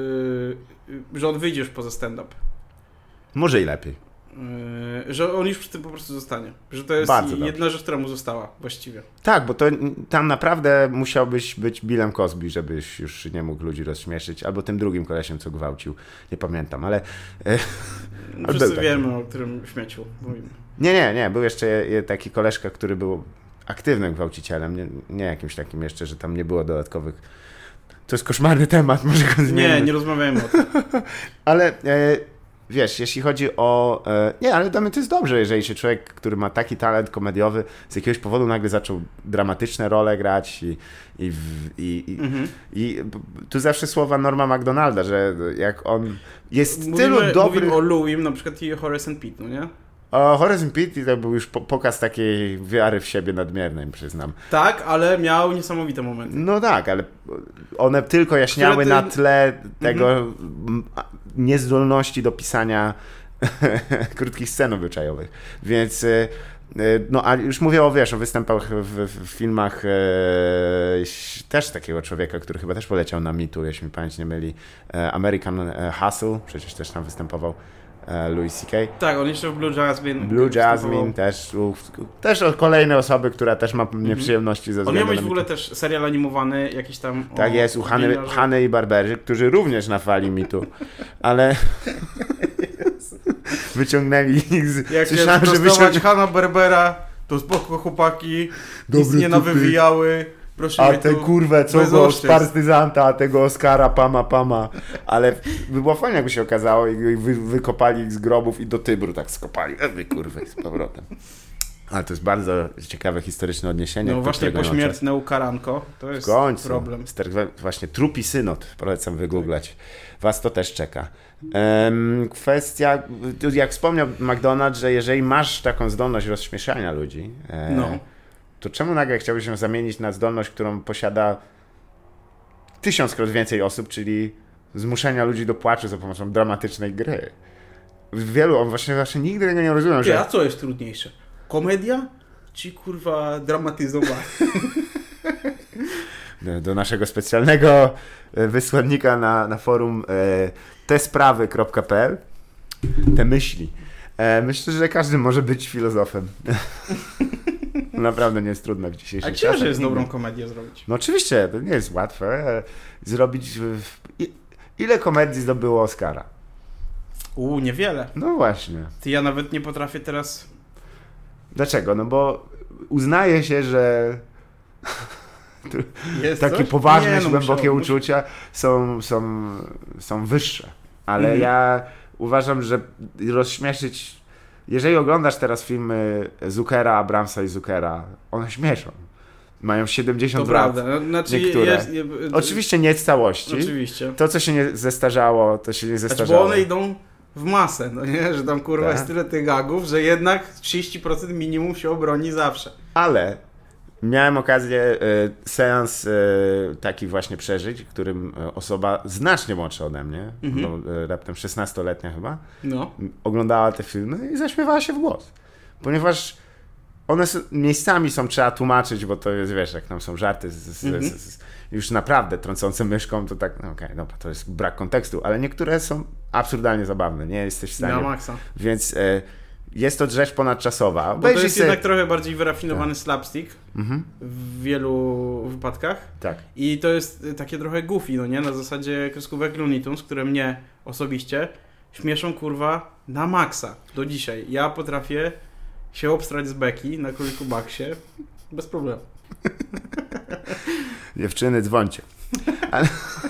yy, że on wyjdzie już poza stand-up. Może i lepiej. Yy, że on już przy tym po prostu zostanie. Że to jest Bardzo jedna dobrze. rzecz, która mu została właściwie. Tak, bo to tam naprawdę musiałbyś być Billem Cosby, żebyś już nie mógł ludzi rozśmieszyć, albo tym drugim kolesiem, co gwałcił. Nie pamiętam, ale... Yy, Wszyscy wiemy, taki. o którym śmieciu mówimy. Nie, nie, nie. Był jeszcze taki koleżka, który był aktywnym gwałcicielem, nie, nie jakimś takim jeszcze, że tam nie było dodatkowych... To jest koszmarny temat, może go zmienić. Nie, nie rozmawiajmy o tym. Ale e, wiesz, jeśli chodzi o... E, nie, ale dla mnie to jest dobrze, jeżeli się człowiek, który ma taki talent komediowy, z jakiegoś powodu nagle zaczął dramatyczne role grać i, i, i, i, mhm. i tu zawsze słowa Norma McDonalda, że jak on jest mówimy, tylu dobrych... Mówimy o Louis, na przykład i Horace and Pete, no nie? O, Horace and Pete to był już po, pokaz takiej wiary w siebie nadmiernej, przyznam. Tak, ale miał niesamowite momenty. No tak, ale one tylko jaśniały ty... na tle tego mm-hmm. niezdolności do pisania krótkich scen obyczajowych. Więc no, a już mówię o, wiesz, o występach w, w filmach e, też takiego człowieka, który chyba też poleciał na mitu, jeśli mi pamięć nie myli, e, American Hustle, przecież też tam występował. Louis C K. Tak, on jeszcze w Blue Jasmine. Blue Jasmine też, też o kolejne osoby, która też ma nieprzyjemności ze względu na... On miał w ogóle też serial animowany, jakiś tam... Tak o, jest, u Hany, Hany i Barberzy, którzy również nafali mi tu, ale wyciągnęli ich z... Jak Słyszałem, że wyciąg... Hanna Barbera, to spoko chłopaki, nic nie nawywijały. Proszę a tę kurwę, co go z partyzanta, a tego Oscara, pama, pama. Ale by było fajnie, jakby się okazało i wy, wykopali ich z grobów i do Tybru tak skopali. E, wy kurwę, z powrotem. Ale to jest bardzo ciekawe historyczne odniesienie. No właśnie pośmiertne ukaranko, to jest końcu, problem. Właśnie Trupi Synod, polecam wygooglać. Was to też czeka. Um, kwestia, jak wspomniał McDonald, że jeżeli masz taką zdolność rozśmieszania ludzi, e, no. to czemu nagle chciałbyś ją zamienić na zdolność, którą posiada tysiąckrot więcej osób, czyli zmuszenia ludzi do płaczu za pomocą dramatycznej gry? Wielu, on właśnie, właśnie nigdy tego nie rozumiem. Że... A co jest trudniejsze? Komedia czy kurwa dramatyzowanie? Do, do naszego specjalnego wysłannika na, na forum e, tesprawy kropka p l te myśli. E, myślę, że każdy może być filozofem. Naprawdę nie jest trudne w dzisiejszych czasach. A gdzie, że jest dobrą komedię zrobić? No oczywiście, to nie jest łatwe. Zrobić... W... Ile komedii zdobyło Oscara? Uuu, niewiele. No właśnie. Ty, ja nawet nie potrafię teraz... Dlaczego? No bo uznaje się, że Jest takie coś? Poważne, nie, no, głębokie muszę, uczucia są, są, są wyższe. Ale mhm. ja uważam, że rozśmieszyć... Jeżeli oglądasz teraz filmy Zuckera, Abramsa i Zuckera, one śmieszą. Mają siedemdziesiąt to lat. Prawda. Znaczy, niektóre. Jest, je, Oczywiście nie w całości. Oczywiście. To, co się nie zestarzało, to się nie zestarzało. Znaczy, bo one idą w masę, no nie? Że tam kurwa tak. jest tyle tych gagów, że jednak trzydzieści procent minimum się obroni zawsze. Ale miałem okazję y, seans y, taki właśnie przeżyć, w którym osoba znacznie młodsza ode mnie, mhm. no, y, raptem szesnastoletnia chyba, no. oglądała te filmy i zaśmiewała się w głos. Ponieważ one są, miejscami są, trzeba tłumaczyć, bo to jest, wiesz, jak tam są żarty z, z, mhm. z, z, już naprawdę trącące myszką, to tak, no okej, okay, dobra, to jest brak kontekstu, ale niektóre są absurdalnie zabawne, nie jesteś w stanie. Na maksa. Więc y, jest to rzecz ponadczasowa. Bo to jest sobie... jednak trochę bardziej wyrafinowany tak. slapstick mhm. w wielu wypadkach. Tak. I to jest takie trochę goofy, no nie? Na zasadzie kreskówek Looney Tunes, które mnie osobiście śmieszą, kurwa, na maksa do dzisiaj. Ja potrafię się obstrać z beki na Króliku Baksie bez problemu. Dziewczyny, dzwońcie. Ale...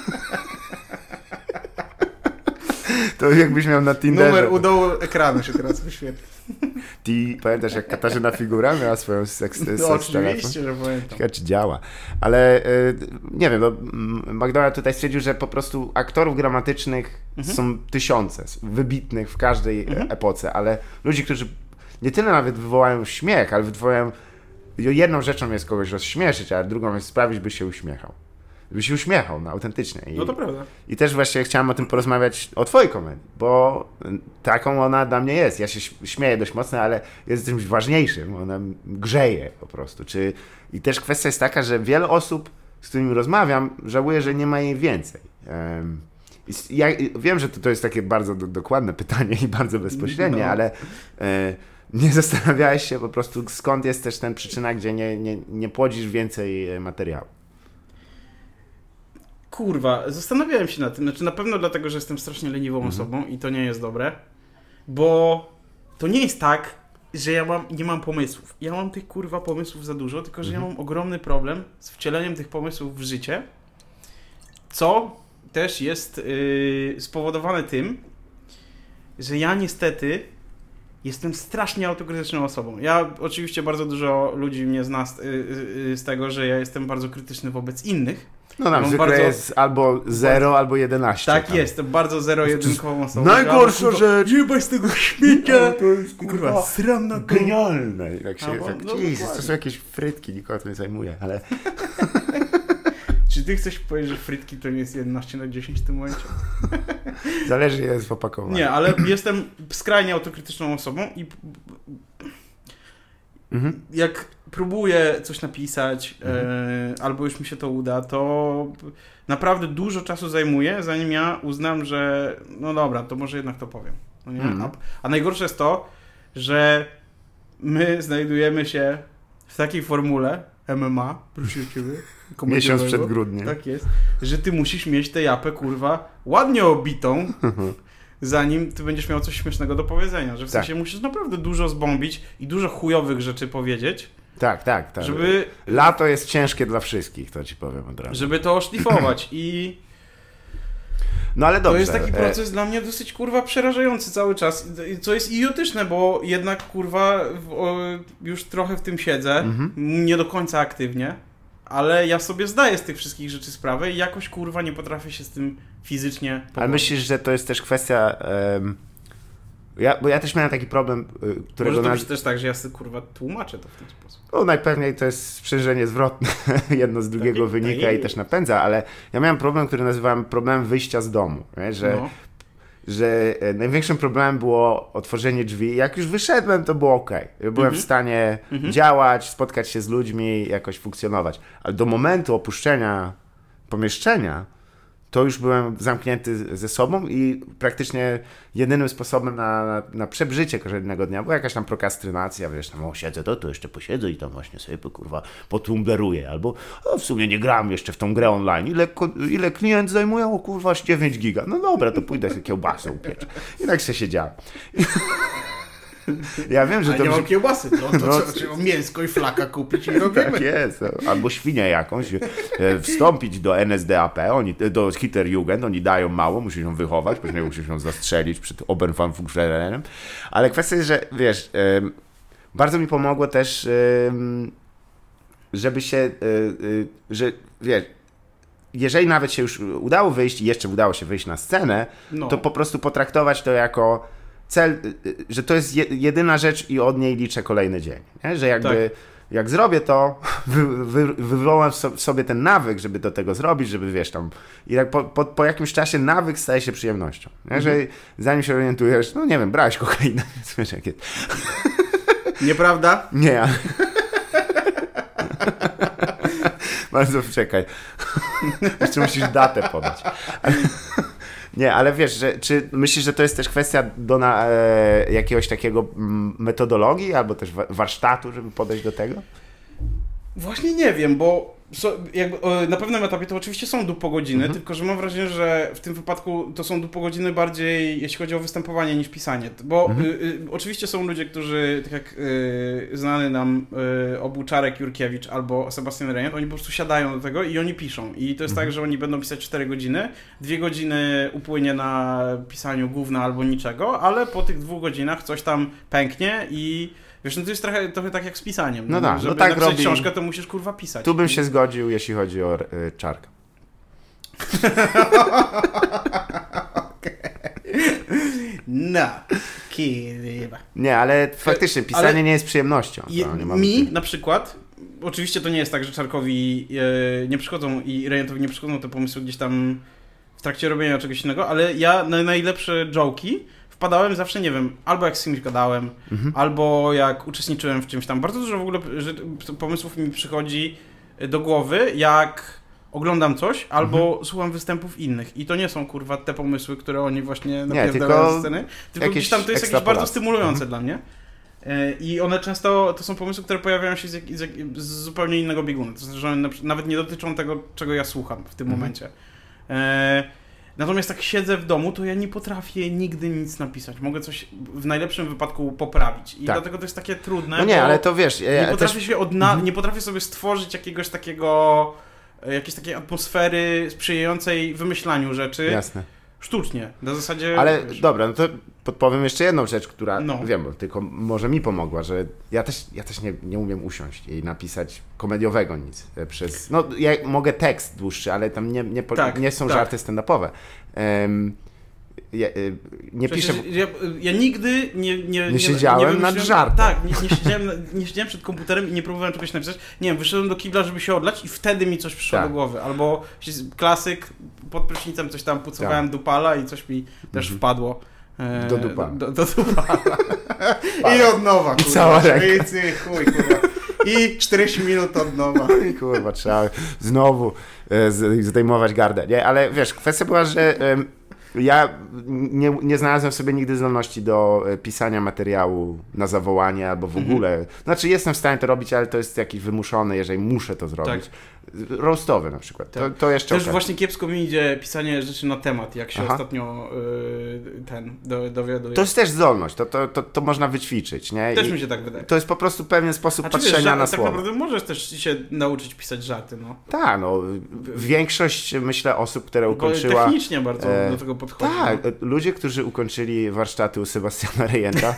To jakbyś miał na Tinderze. Numer u dołu ekranu się teraz wyświetli. Ty pamiętasz, jak Katarzyna Figura miała swoją seks, seks no, oczywiście, że pamiętam. Ciekawe, czy działa. Ale y, nie wiem, no, McDonald tutaj stwierdził, że po prostu aktorów gramatycznych mhm. są tysiące, wybitnych w każdej mhm. epoce, ale ludzi, którzy nie tyle nawet wywołają śmiech, ale wywołają... Jedną rzeczą jest kogoś rozśmieszyć, a drugą jest sprawić, by się uśmiechał. By się uśmiechał, no, autentycznie. I, no to prawda. I też właśnie chciałem o tym porozmawiać, o twojej komedii, bo taką ona dla mnie jest. Ja się śmieję dość mocno, ale jest czymś ważniejszym. Ona grzeje po prostu. Czy... I też kwestia jest taka, że wiele osób, z którymi rozmawiam, żałuje, że nie ma jej więcej. Um, ja wiem, że to, to jest takie bardzo do, dokładne pytanie i bardzo bezpośrednie, no. ale e, nie zastanawiałeś się po prostu, skąd jest też ten przyczyna, gdzie nie, nie, nie płodzisz więcej materiału. Kurwa, zastanawiałem się nad tym. Znaczy na pewno dlatego, że jestem strasznie leniwą mhm. osobą i to nie jest dobre, bo to nie jest tak, że ja mam, nie mam pomysłów. Ja mam tych kurwa pomysłów za dużo, tylko że mhm. ja mam ogromny problem z wcieleniem tych pomysłów w życie, co też jest yy, spowodowane tym, że ja niestety jestem strasznie autokrytyczną osobą. Ja oczywiście bardzo dużo ludzi mnie zna z, yy, z tego, że ja jestem bardzo krytyczny wobec innych. No nam zwykle bardzo... jest albo zero, bardzo... albo jedenaście. Tak tam. jest, to bardzo zero-jedynkową osobą. Najgorsza rzecz! Nie bądź z tego śmiecia! To jest kurwa sramna genialne. Jak się, albo, tak, no, Jesus, to są jakieś frytki, nikogo to nie zajmuje, ale... Czy ty chcesz powiedzieć, że frytki to nie jest jedenaście na dziesięć w tym momencie? Zależy, ile jest w opakowaniu. Nie, ale jestem skrajnie autokrytyczną osobą i mhm. jak próbuję coś napisać mhm. e, albo już mi się to uda, to naprawdę dużo czasu zajmuje, zanim ja uznam, że no dobra, to może jednak to powiem. No nie? Mhm. A, a najgorsze jest to, że my znajdujemy się w takiej formule M M A, proszę ciebie, miesiąc przed grudniem. Tak jest, że ty musisz mieć tę japę, kurwa, ładnie obitą, zanim ty będziesz miał coś śmiesznego do powiedzenia, że w sensie tak. musisz naprawdę dużo zbombić i dużo chujowych rzeczy powiedzieć. Tak, tak, tak. Żeby... Lato jest ciężkie dla wszystkich, to ci powiem od razu. Żeby to oszlifować i... No ale dobrze. To jest taki proces e... dla mnie dosyć, kurwa, przerażający cały czas, co jest idiotyczne, bo jednak, kurwa, w, o, już trochę w tym siedzę, mhm. nie do końca aktywnie, ale ja sobie zdaję z tych wszystkich rzeczy sprawę i jakoś, kurwa, nie potrafię się z tym fizycznie pogodzić. Ale myślisz, że to jest też kwestia... Um... Ja, bo ja też miałem taki problem, którego... Może to być też tak, że ja sobie, kurwa, tłumaczę to w ten sposób. No najpewniej to jest sprzężenie zwrotne, jedno z drugiego taki, wynika taki. I też napędza, ale ja miałem problem, który nazywałem problemem wyjścia z domu, nie? Że, no. że największym problemem było otworzenie drzwi. Jak już wyszedłem, to było okej. Okay. Byłem mhm. w stanie mhm. działać, spotkać się z ludźmi, jakoś funkcjonować. Ale do momentu opuszczenia pomieszczenia to już byłem zamknięty ze sobą i praktycznie jedynym sposobem na, na, na przeżycie kolejnego dnia była jakaś tam prokrastynacja, wiesz, tam o, siedzę, to, to jeszcze posiedzę i tam właśnie sobie kurwa potumbleruję, albo o, w sumie nie gram jeszcze w tą grę online, ile, ile klient zajmuje? O kurwa, aż dziewięć giga. No dobra, to pójdę sobie kiełbasę upiecz. I tak się siedziałem. Ja wiem, że ale to... nie mam kiełbasy, no to no, co, trzeba mięsko i flaka kupić i robimy. Tak jest, albo świnię jakąś, wstąpić do N S D A P, oni, do Hitlerjugend, oni dają mało, musisz ją wychować, później musisz ją zastrzelić przed Oberfallfuhrerem, ale kwestia jest, że wiesz, bardzo mi pomogło też, żeby się, że wiesz, jeżeli nawet się już udało wyjść i jeszcze udało się wyjść na scenę, no. to po prostu potraktować to jako cel, że to jest jedyna rzecz i od niej liczę kolejny dzień. Nie? Że jakby tak. jak zrobię to, wy, wy, wywołam w sobie ten nawyk, żeby do tego zrobić, żeby wiesz tam i tak po, po, po jakimś czasie nawyk staje się przyjemnością. Nie? Że mhm. zanim się orientujesz, no nie wiem, brałeś kokainę, wiesz jak jest. Nieprawda? Nie. Bardzo czekaj. Jeszcze musisz datę podać. Ale, nie, ale wiesz, że, czy myślisz, że to jest też kwestia do na, e, jakiegoś takiego metodologii albo też warsztatu, żeby podejść do tego? Właśnie nie wiem, bo so, jakby, na pewnym etapie to oczywiście są dupogodziny, mhm. tylko że mam wrażenie, że w tym wypadku to są dupogodziny bardziej, jeśli chodzi o występowanie, niż pisanie. Bo mhm. y, y, oczywiście są ludzie, którzy, tak jak y, znany nam y, obu Czarek Jurkiewicz albo Sebastian Rejent, oni po prostu siadają do tego i oni piszą. I to jest mhm. tak, że oni będą pisać cztery godziny, dwie godziny upłynie na pisaniu gówna albo niczego, ale po tych dwóch godzinach coś tam pęknie i wiesz, no to jest trochę, trochę tak jak z pisaniem. No, no tak, żeby no tak napisać robi... książkę, to musisz kurwa pisać. Tu bym się zgodził, jeśli chodzi o y, Czarka. No, kiwa. Nie, ale faktycznie pisanie ale nie jest przyjemnością. Je, nie mi na przykład, oczywiście to nie jest tak, że Czarkowi e, nie przychodzą i Rejentowi nie przychodzą te pomysły gdzieś tam w trakcie robienia czegoś innego, ale ja na najlepsze joke'i wpadałem zawsze, nie wiem, albo jak z kimś gadałem, mhm. albo jak uczestniczyłem w czymś tam. Bardzo dużo w ogóle że pomysłów mi przychodzi do głowy, jak oglądam coś, albo mhm. słucham występów innych. I to nie są, kurwa, te pomysły, które oni właśnie napierdalają ze sceny, tylko gdzieś tam to jest jakieś bardzo stymulujące mhm. dla mnie. I one często, to są pomysły, które pojawiają się z, jak, z, jak, z zupełnie innego bieguna. To znaczy, że one nawet nie dotyczą tego, czego ja słucham w tym mhm. momencie. E Natomiast jak siedzę w domu, to ja nie potrafię nigdy nic napisać. Mogę coś w najlepszym wypadku poprawić. I tak. dlatego to jest takie trudne. No nie, ale to wiesz... Ja, nie, potrafię też... się odna... mhm. nie potrafię sobie stworzyć jakiegoś takiego... jakiejś takiej atmosfery sprzyjającej wymyślaniu rzeczy. Jasne. Sztucznie. Na zasadzie... Ale wiesz, dobra, no to podpowiem jeszcze jedną rzecz, która no. wiem, tylko może mi pomogła, że ja też, ja też nie, nie umiem usiąść i napisać komediowego nic przez... No ja mogę tekst dłuższy, ale tam nie, nie, tak, nie są tak. żarty stand-upowe. Um, ja, nie piszę... Ja, ja nigdy nie... Nie, nie, nie siedziałem nie nad żartem. Tak, nie, nie, siedziałem, nie siedziałem przed komputerem i nie próbowałem czegoś napisać. Nie wiem, wyszedłem do kibla, żeby się odlać i wtedy mi coś przyszło tak. do głowy. Albo klasyk, pod prysznicem coś tam pucowałem tak. dupala i coś mi też mhm. wpadło. E, do dupala. Do, do dupala. I od nowa, I cała ręka. I, chuj, kurwa. I czterdzieści minut od nowa. I kurwa, trzeba znowu e, zdejmować gardę. Nie, ale wiesz, kwestia była, że e, ja nie, nie znalazłem sobie nigdy zdolności do pisania materiału na zawołanie albo w ogóle. Mhm. Znaczy jestem w stanie to robić, ale to jest jakiś wymuszony, jeżeli muszę to zrobić. Tak. Roastowy na przykład. Tak. To, to jeszcze Też okej. Właśnie kiepsko mi idzie pisanie rzeczy na temat, jak się Aha. ostatnio yy, ten do, dowiaduję. To jest też zdolność, to, to, to, to można wyćwiczyć. Nie? Też I mi się tak wydaje. To jest po prostu pewien sposób znaczy, patrzenia wiesz, żart, na tak słowo. Tak naprawdę możesz też się nauczyć pisać żarty. No. Tak, no. Większość, myślę, osób, które ukończyła... Bo technicznie bardzo e, do tego podchodzi. Tak, no. Ludzie, którzy ukończyli warsztaty u Sebastiana Rejenta.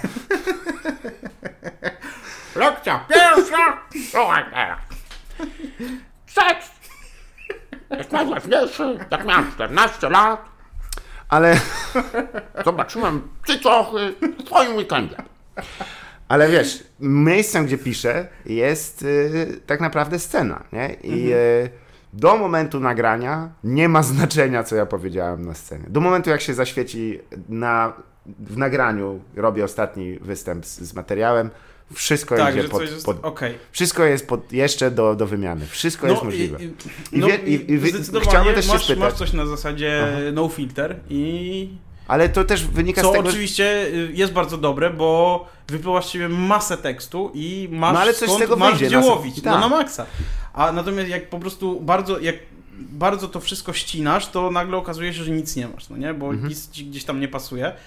Lekcja pierwsza! Słuchaj teraz. Seks! Jest najważniejszy, jak miałem czternaście lat. Ale... Zobaczyłem cycochy w twoim weekendzie. Ale wiesz, miejscem, gdzie piszę, jest y, tak naprawdę scena, nie? I mhm. y, do momentu nagrania nie ma znaczenia, co ja powiedziałem na scenie. Do momentu, jak się zaświeci na, w nagraniu, robię ostatni występ z, z materiałem, wszystko tak, idzie pod... Jest, pod okay. Wszystko jest pod, jeszcze do, do wymiany. Wszystko no, jest możliwe. I, i, no, i, i, i zdecydowanie też masz, masz coś na zasadzie Aha. no filter i... Ale to też wynika Co z tego... Co oczywiście jest bardzo dobre, bo wypływasz z siebie masę tekstu i masz no, ale coś skąd z tego masz wyjdzie, gdzie na łowić. tak. No na maksa. A natomiast jak po prostu bardzo... Jak bardzo to wszystko ścinasz, to nagle okazuje się, że nic nie masz, no nie? Bo mhm. nic ci gdzieś tam nie pasuje.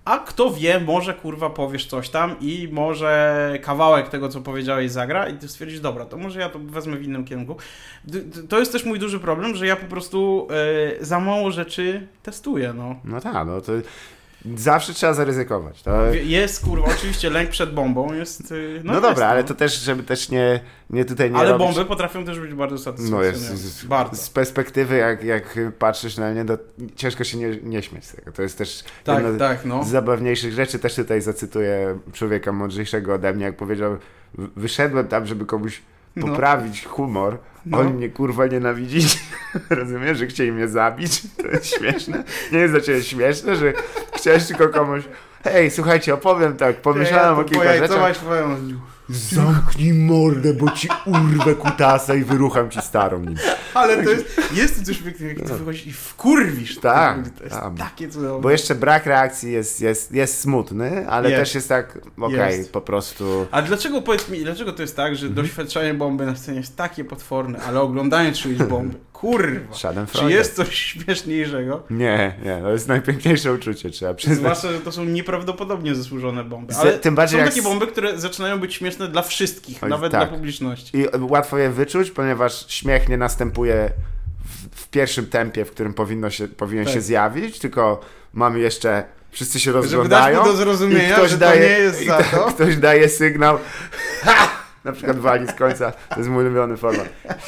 A kto wie, może kurwa powiesz coś tam i może kawałek tego, co powiedziałeś, zagra i ty stwierdzisz, dobra, to może ja to wezmę w innym kierunku. To jest też mój duży problem, że ja po prostu yy, za mało rzeczy testuję, no. No tak, no to zawsze trzeba zaryzykować. To... Jest, kurwa, oczywiście lęk przed bombą jest... Yy, no no dobra, jest, ale no. to też, żeby też nie, nie tutaj nie Ale robić... bomby potrafią też być bardzo satysfakcjonujące. No jest, z, bardzo. z perspektywy, jak, jak patrzysz na mnie, to ciężko się nie, nie śmiać z tego. To jest też tak, jedna tak, no. z zabawniejszych rzeczy. Też tutaj zacytuję człowieka mądrzejszego ode mnie, jak powiedział, wyszedłem tam, żeby komuś poprawić no. humor, no. On mnie kurwa nienawidzi. Rozumiesz, że chcieli mnie zabić? To jest śmieszne. Nie jest dla ciebie śmieszne, że chciałeś tylko komuś hej, słuchajcie, opowiem tak, pomyślałem ja, o kilka rzeczach. Swoją... Zamknij mordę, bo ci urwę kutasa i wyrucham ci starą nim. Ale to jest, jest to coś pięknego, jak ty wychodzisz i wkurwisz. Tak, to jest tam. takie cudowne. Bo jeszcze brak reakcji jest, jest, jest smutny, ale jest. też jest tak, okej, okay, po prostu... A dlaczego, powiedz mi, dlaczego to jest tak, że mhm. doświadczenie bomby na scenie jest takie potworne, ale oglądając czyjś bomby, kurwa, czy jest coś śmieszniejszego? Nie, nie, to jest najpiękniejsze uczucie, trzeba przyznać. Zwłaszcza, że to są nieprawdopodobnie zasłużone bomby. Ale tym bardziej są jak... takie bomby, które zaczynają być śmieszne dla wszystkich, Oj, nawet tak. dla publiczności. I łatwo je wyczuć, ponieważ śmiech nie następuje w, w pierwszym tempie, w którym powinno się, powinien tak. się zjawić, tylko mamy jeszcze... Wszyscy się rozglądają. Żeby dać mu do zrozumienia, i ktoś że daje, to nie jest za to. Ktoś daje sygnał. Ha! Na przykład wali z końca. To jest mój ulubiony format.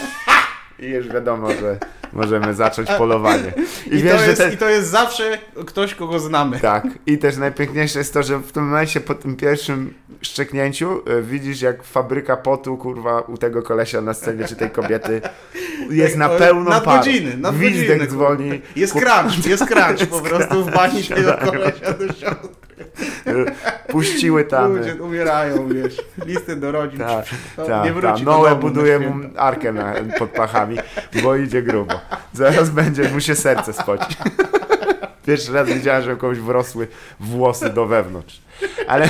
I już wiadomo, że możemy zacząć polowanie. I, I, wiesz, to, jest, ten... I to jest zawsze ktoś, kogo znamy. Tak. I też najpiękniejsze jest to, że w tym momencie po tym pierwszym szczeknięciu widzisz, jak fabryka potu, kurwa, u tego kolesia na scenie, czy tej kobiety jest na pełną nad parę. Godziny, nad Gwizdek godziny, dzwoni. Jest crunch, jest crunch po prostu w bani tego kolesia do siostry. Puściły tam. Ludzie umierają, wiesz. Listy do rodzin. Tak, no, ta, nie wróci ta. Noe buduje mu arkę na, pod pachami, bo idzie grubo. Zaraz będzie, mu się serce spoci. Pierwszy raz widziałem, że komuś wrosły włosy do wewnątrz. Ale...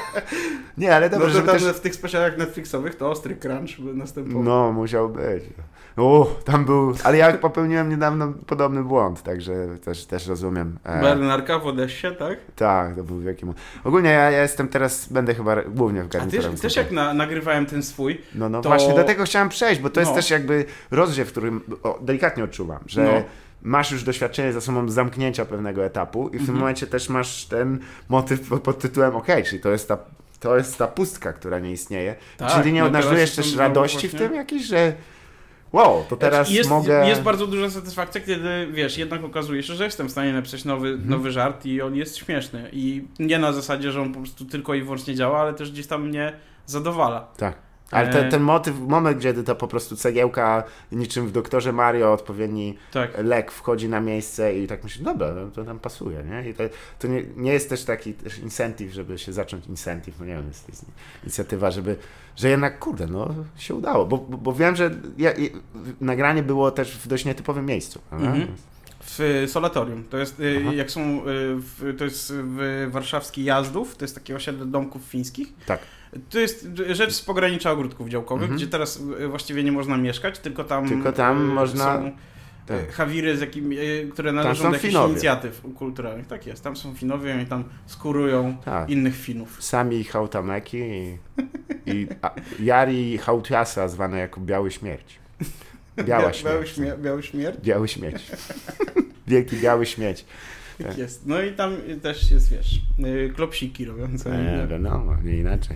Nie, ale dobrze, no to żeby tam też... w tych specjalach Netflixowych to ostry crunch by następował. No, musiał być. O, tam był... Ale ja popełniłem niedawno podobny błąd, także też, też rozumiem. E... Marynarka w Odessie, tak? Tak, to był wielki... Ogólnie ja, ja jestem teraz, będę chyba głównie w garniturze. A ty, też jak na, nagrywałem ten swój, No, no to... właśnie, do tego chciałem przejść, bo to jest no. też jakby rozdziew, w którym o, delikatnie odczuwam, że... No. Masz już doświadczenie za sobą zamknięcia pewnego etapu i w tym mhm. momencie też masz ten motyw pod, pod tytułem ok, czyli to jest ta, to jest ta pustka, która nie istnieje. Tak, czyli nie no odnajdujesz też radości w tym jakiejś, że wow, to teraz jest, mogę... Jest bardzo duża satysfakcja, kiedy wiesz, jednak okazuje się, że jestem w stanie napisać nowy, mhm. nowy żart i on jest śmieszny. I nie na zasadzie, że on po prostu tylko i wyłącznie działa, ale też gdzieś tam mnie zadowala. Tak. Ale ten, ten motyw, moment, gdzie to po prostu cegiełka niczym w Doktorze Mario, odpowiedni tak. lek wchodzi na miejsce i tak myślisz, dobra, no, to nam pasuje, nie? I to, to nie, nie jest też taki też incentive, żeby się zacząć incentive, no nie wiem, jest, jest inicjatywa, żeby, że jednak, kurde, no się udało, bo, bo, bo wiem, że ja, i, nagranie było też w dość nietypowym miejscu. Mhm. W Solatorium. To jest, Aha. jak są, w, to jest w warszawski Jazdów, to jest takie osiedle domków fińskich. Tak. To jest rzecz z pogranicza ogródków działkowych, mhm. gdzie teraz właściwie nie można mieszkać, tylko tam, tylko tam można... są tak. hawiry, z jakim, które należą do jakichś Finowie. inicjatyw kulturalnych. Tak jest, tam są Finowie i tam skurują tak. innych Finów. Sami Hautameki i, i a, Jari Hautiasa, zwane jako Biały Śmierć. Biała śmierć. Biały, śmier- biały śmierć? Biały śmieć. Wielki biały śmieć. Tak jest. No i tam też jest, wiesz, klopsiki robiące. Nie, wiadomo, nie inaczej.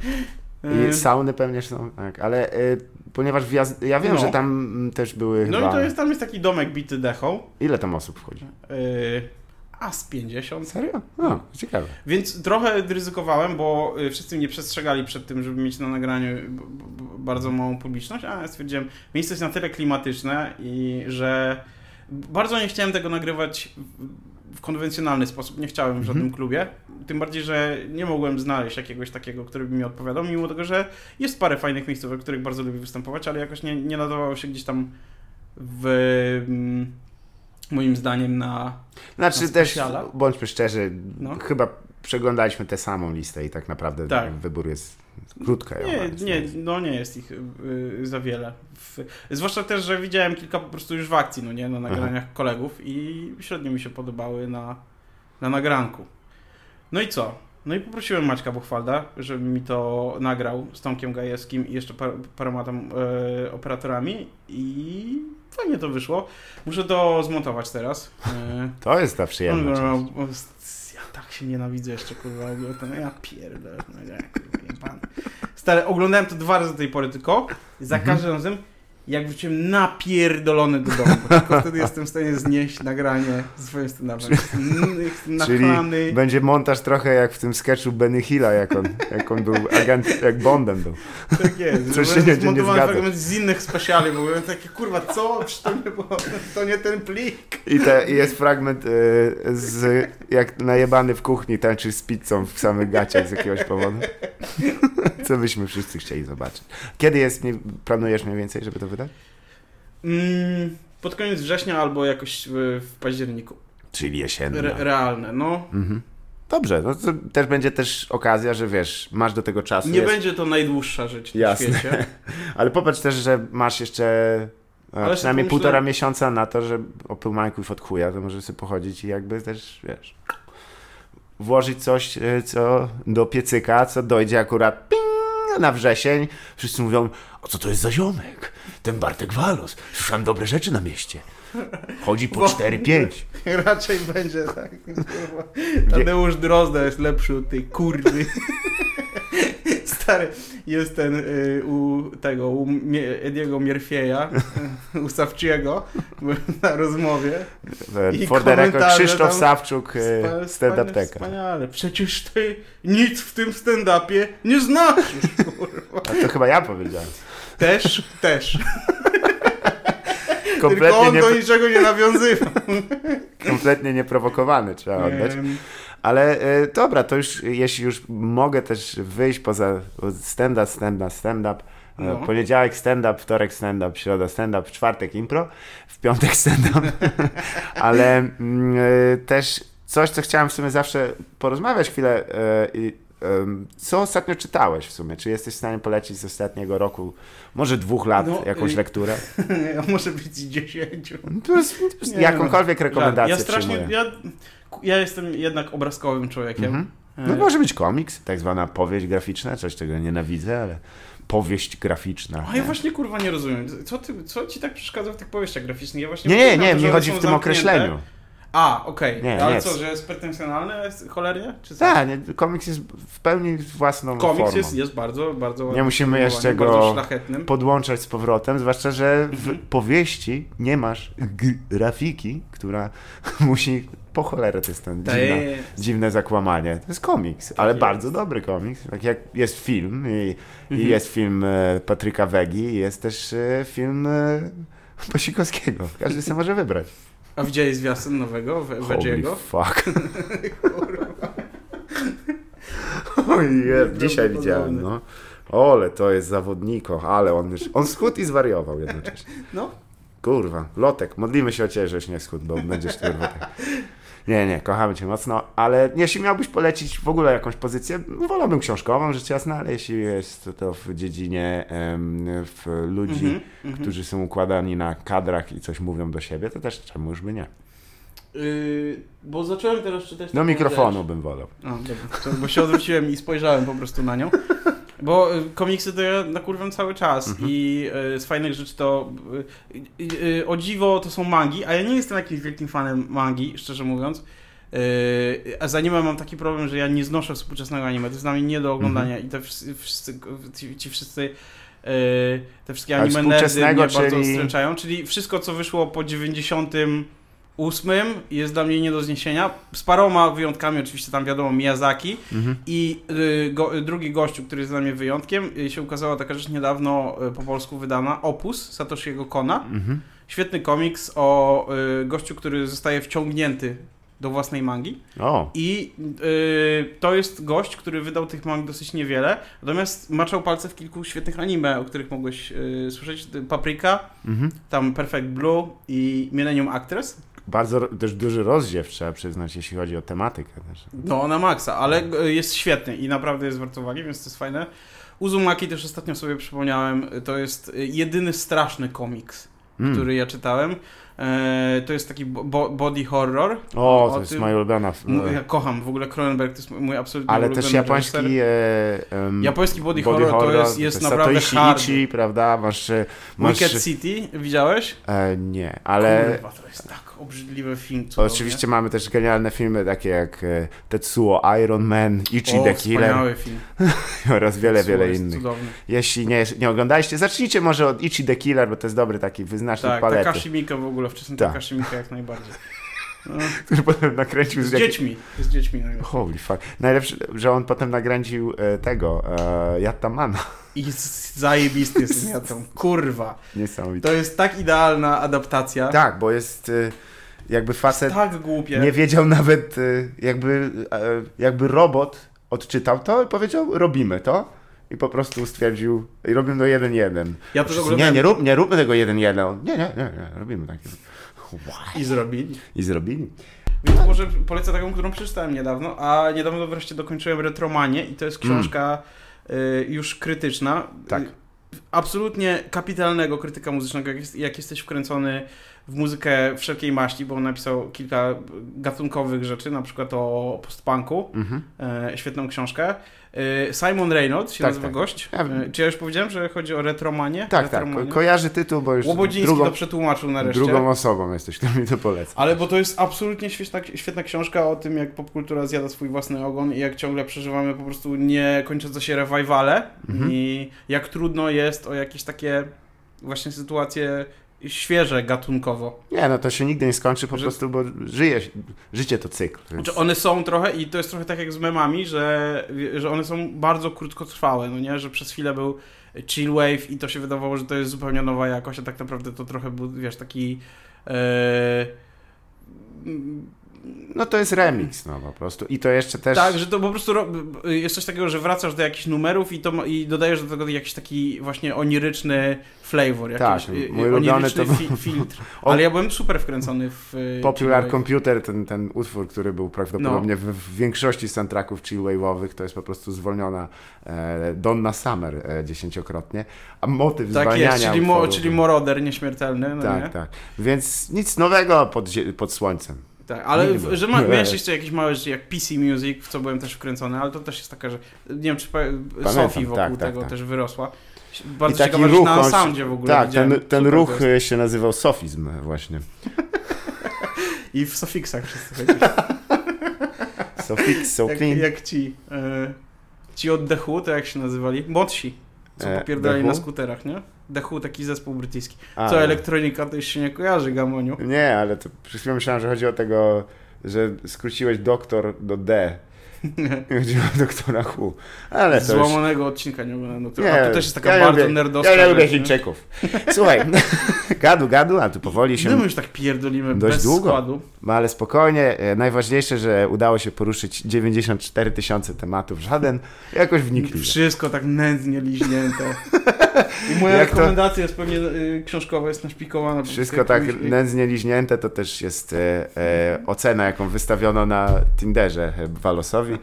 I sauny pewnie są, tak, ale y, ponieważ wjazd, ja wiem, no. że tam też były No chyba... i to jest, tam jest taki domek bity dechą. Ile tam osób wchodzi? Y, a z pięćdziesiąt. Serio? No, ciekawe. Więc trochę ryzykowałem, bo wszyscy mnie przestrzegali przed tym, żeby mieć na nagraniu bardzo małą publiczność, a ja stwierdziłem, miejsce jest na tyle klimatyczne i że bardzo nie chciałem tego nagrywać w konwencjonalny sposób, nie chciałem w żadnym mhm. klubie, tym bardziej, że nie mogłem znaleźć jakiegoś takiego, który by mi odpowiadał, mimo tego, że jest parę fajnych miejsc, w których bardzo lubię występować, ale jakoś nie, nie nadawało się gdzieś tam w... moim zdaniem na Znaczy na też, bądźmy szczerzy, no. chyba przeglądaliśmy tę samą listę i tak naprawdę tak. wybór jest krótki. Nie, nie, no nie jest ich y, za wiele. W, zwłaszcza też, że widziałem kilka po prostu już w akcji, no nie, na nagraniach Aha. kolegów i średnio mi się podobały na, na nagranku. No i co? No i poprosiłem Maćka Buchwalda, żeby mi to nagrał z Tomkiem Gajewskim i jeszcze par, paroma tam e, operatorami i fajnie to wyszło. Muszę to zmontować teraz. E, to jest ta przyjemna no, część. Ja tak się nienawidzę jeszcze, kurwa. No ja pierdolę. No, ja, kurwa, stary, oglądałem to dwa razy do tej pory tylko. Za mhm. każdym razem jak wróciłem napierdolony do domu, bo tylko wtedy jestem w stanie znieść nagranie ze swoim stand-upem. Jestem nachlany. Czyli będzie montaż trochę jak w tym sketchu Benny Hilla, jak on, jak on był agent, jak Bondem był. Tak jest. Coś się nie, nie zgadza. Fragment z innych specjali, bo byłem takie, kurwa, co? Przecież to nie, było, to nie ten plik. I, te, i jest fragment y, z jak najebany w kuchni tańczy z pizzą w samych gaciach z jakiegoś powodu. Co byśmy wszyscy chcieli zobaczyć. Kiedy jest, nie, planujesz mniej więcej, żeby to wydać? Mm, pod koniec września albo jakoś w, w październiku. Czyli jesienne. Re, realne, no. Mhm. Dobrze, no to też będzie też okazja, że wiesz, masz do tego czasu. Nie jest... będzie to najdłuższa rzecz na Jasne. świecie. Ale popatrz też, że masz jeszcze Ale przynajmniej pomyślę... półtora miesiąca na to, że open miców od chuja, to możesz sobie pochodzić i jakby też, wiesz, włożyć coś co do piecyka, co dojdzie akurat ping, na wrzesień. Wszyscy mówią, o co to jest za ziomek? Ten Bartek Walos. Słyszałem dobre rzeczy na mieście. Chodzi po cztery pięć. Raczej będzie tak. Tadeusz Drozda jest lepszy od tej kurwy. Stary, jest ten y, u tego, u Ediego Mierfieja, u Sawczyego, na rozmowie. For the record, Krzysztof Sawczuk, stand-up teka. Wspaniale, przecież ty nic w tym stand-upie nie znasz. A to chyba ja powiedziałem. Też, też. Kompletnie Tylko on nie... do niczego nie nawiązywał. Kompletnie nieprowokowany, trzeba oddać. Ale e, dobra, to już, jeśli już mogę też wyjść poza stand-up, stand-up, stand-up, no. Poniedziałek stand-up, wtorek stand-up, środa stand-up, w czwartek impro, w piątek stand-up, ale mm, e, też coś, co chciałem w sumie zawsze porozmawiać chwilę, e, e, co ostatnio czytałeś w sumie? Czy jesteś w stanie polecić z ostatniego roku, może dwóch lat, no, jakąś y- lekturę? Może być i dziesięciu. To jest, to jest jakąkolwiek no, rekomendację ja strasznie, ja, ja jestem jednak obrazkowym człowiekiem. Mhm. No może być komiks, tak zwana powieść graficzna, coś czego nienawidzę, ale powieść graficzna. A ja właśnie kurwa nie rozumiem. Co, ty, co ci tak przeszkadza w tych powieściach graficznych? Ja właśnie nie, nie, nie, nie chodzi w tym zamknięte. Określeniu. A, okej. Okay. Ale nie co, że jest pretensjonalny cholernie? Tak, komiks jest w pełni własną komiks formą. Komiks jest, jest bardzo, bardzo nie musimy jeszcze go podłączać z powrotem, zwłaszcza, że w mhm. powieści nie masz grafiki, która musi... Po cholerę to jest ten to dziwne, jest... dziwne zakłamanie. To jest komiks, ale jest. Bardzo dobry komiks. Tak jak jest film i, mhm. i jest film e, Patryka Wegi i jest też e, film e, Posikowskiego. Każdy sobie może wybrać. A widziałeś zwiastun nowego Wegiego? Holy fuck. Oj, jest. Dzisiaj widziałem, no. Ole, to jest zawodniko, ale on już, on schudł i zwariował jednocześnie. No. Kurwa, Lotek, modlimy się o ciebie, żeś nie schudł, bo będziesz kurwa tak. Nie, nie, kochamy cię mocno, ale jeśli miałbyś polecić w ogóle jakąś pozycję, wolałbym książkową, rzecz jasna, ale jeśli jest to w dziedzinie w ludzi, mm-hmm, którzy mm-hmm. są układani na kadrach i coś mówią do siebie, to też czemu już by nie. Yy, bo zacząłem teraz czytać... No mikrofonu rzecz. Bym wolał. O, dobra, bo się odwróciłem i spojrzałem po prostu na nią. Bo y, komiksy to ja nakurwiam cały czas mhm. i y, z fajnych rzeczy to y, y, o dziwo to są mangi, a ja nie jestem jakimś wielkim fanem mangi, szczerze mówiąc. Y, a z anime mam taki problem, że ja nie znoszę współczesnego anime, to jest dla mnie nie do oglądania mhm. i te wszyscy, wszyscy ci, ci wszyscy y, te wszystkie anime nerdy mnie czyli... bardzo stręczają, czyli wszystko co wyszło po dziewięćdziesiątym ósmym jest dla mnie nie do zniesienia. Z paroma wyjątkami, oczywiście tam wiadomo Miyazaki mhm. i y, go, drugi gościu, który jest dla mnie wyjątkiem, y, się ukazała taka rzecz niedawno y, po polsku wydana, Opus Satoshiego Kona. Mhm. Świetny komiks o y, gościu, który zostaje wciągnięty do własnej mangi. O. I y, to jest gość, który wydał tych mang dosyć niewiele, natomiast maczał palce w kilku świetnych anime, o których mogłeś y, słyszeć. Paprika, mhm. tam Perfect Blue i Millennium Actress. Bardzo też duży rozdziew, trzeba przyznać, jeśli chodzi o tematykę. Też. No, na maksa, ale jest świetny i naprawdę jest wart uwagi, więc to jest fajne. Uzumaki też ostatnio sobie przypomniałem, to jest jedyny straszny komiks, mm. który ja czytałem. E, to jest taki bo, body horror. O, to jest tym, moja ulubiona. Ja kocham, w ogóle Cronenberg to jest mój absolutnie ale ulubiony też japoński e, um, japoński body, body horror, horror to jest, jest to naprawdę hard. Ichi, prawda? Masz, masz... Wicked City, widziałeś? E, nie, ale... Kurwa, to jest tak obrzydliwy film. Oczywiście mamy też genialne filmy takie jak e, Tetsuo Iron Man, Ichi o, the Killer film. oraz wiele, Tetsuo wiele innych. Cudowny. Jeśli nie, nie oglądaliście, zacznijcie może od Ichi the Killer, bo to jest dobry taki wyznacznik tak, palety. Takashi Miike w ogóle, wczesny tak. Takashi Miike jak najbardziej. No. Który potem nakręcił z, z jak... dziećmi. Z dziećmi. Holy fuck. Najlepsze, że on potem nakręcił e, tego, e, Yatamana. I z, zajebisty jest Yatam. Kurwa. Niesamowite. To jest tak idealna adaptacja. Tak, bo jest... E, jakby facet tak głupie. nie wiedział nawet, jakby, jakby robot odczytał to i powiedział, robimy to. I po prostu stwierdził, i robimy to jeden jeden. Ja to Wszyscy, nie, nie, rób, nie róbmy tego jeden jeden. Nie, nie, nie, nie robimy takie. I zrobili. I zrobili. Więc może polecę taką, którą przeczytałem niedawno, a niedawno wreszcie dokończyłem Retromanię i to jest książka mm. y, już krytyczna. Tak. Y, absolutnie kapitalnego krytyka muzycznego, jak, jest, jak jesteś wkręcony w muzykę wszelkiej maści, bo on napisał kilka gatunkowych rzeczy, na przykład o postpunku, mm-hmm. e, świetną książkę. E, Simon Reynolds się tak, nazywa tak. gość. Ja... E, czy ja już powiedziałem, że chodzi o Retromanię? Tak, Retromanię? tak, Ko- kojarzy tytuł, bo już Łobodziński drugą, to przetłumaczył nareszcie. drugą osobą jesteś, kto mi to poleca. Ale bo to jest absolutnie świetna, świetna książka o tym, jak popkultura zjada swój własny ogon i jak ciągle przeżywamy po prostu niekończące się rewajwale mm-hmm. i jak trudno jest o jakieś takie właśnie sytuacje świeże gatunkowo. Nie, no to się nigdy nie skończy po że... prostu, bo żyje, życie to cykl. Więc... Znaczy one są trochę i to jest trochę tak jak z memami, że, że one są bardzo krótkotrwałe, no nie, że przez chwilę był chillwave i to się wydawało, że to jest zupełnie nowa jakość, a tak naprawdę to trochę był, wiesz, taki e... no to jest remix, no po prostu. I to jeszcze też... Tak, że to po prostu jest coś takiego, że wracasz do jakichś numerów i, to, i dodajesz do tego jakiś taki właśnie oniryczny flavor, jakiś tak, mój oniryczny to... fi- filtr. Ale ja byłem super wkręcony w... Popular Chillwave. Computer, ten, ten utwór, który był prawdopodobnie no. w, w większości soundtracków chillwave'owych, to jest po prostu zwolniona e, Donna Summer e, dziesięciokrotnie, a motyw tak zwalniania... Tak jest, czyli, mo, czyli Moroder nieśmiertelny. No tak, nie? tak. Więc nic nowego pod, pod słońcem. Tak, ale w, że ma, miałeś jeszcze jakieś małe rzeczy jak P C Music, w co byłem też wkręcony, ale to też jest taka, że nie wiem, czy Sophie wokół tak, tego tak, też tak. wyrosła. Bardzo I taki ciekawa ruch, rzecz na soundzie w ogóle. Tak, ten, ten ruch się nazywał sofizm właśnie. I w Sofixach wszyscy chodzili. Sofix, so jak, clean. jak ci, e, ci od The Who, to jak się nazywali? Modsi, co e, popierdali na skuterach, nie? The Who, taki zespół brytyjski. A, co, elektronika to już się nie kojarzy, Gamoniu. Nie, ale to przez chwilę myślałem, że chodzi o tego, że skróciłeś doktor do D. Nie chodziło o doktora Who. Ale to złamanego już... odcinka nie oglądałem doktora. A to też jest taka ja bardzo lubię, nerdowska Ja nie lubię rzecz, Chińczyków. Słuchaj, gadu, gadu, a tu powoli się... My już tak pierdolimy dość bez długo. składu. No ale spokojnie. Najważniejsze, że udało się poruszyć dziewięćdziesiąt cztery tysiące tematów. Żaden jakoś wnikliwy. Wszystko tak nędznie liźnięte. I moja Jak rekomendacja to... jest pewnie y, książkowa, jest naszpikowana. Wszystko tak później. Nędznie liźnięte to też jest e, e, ocena, jaką wystawiono na Tinderze Walosowi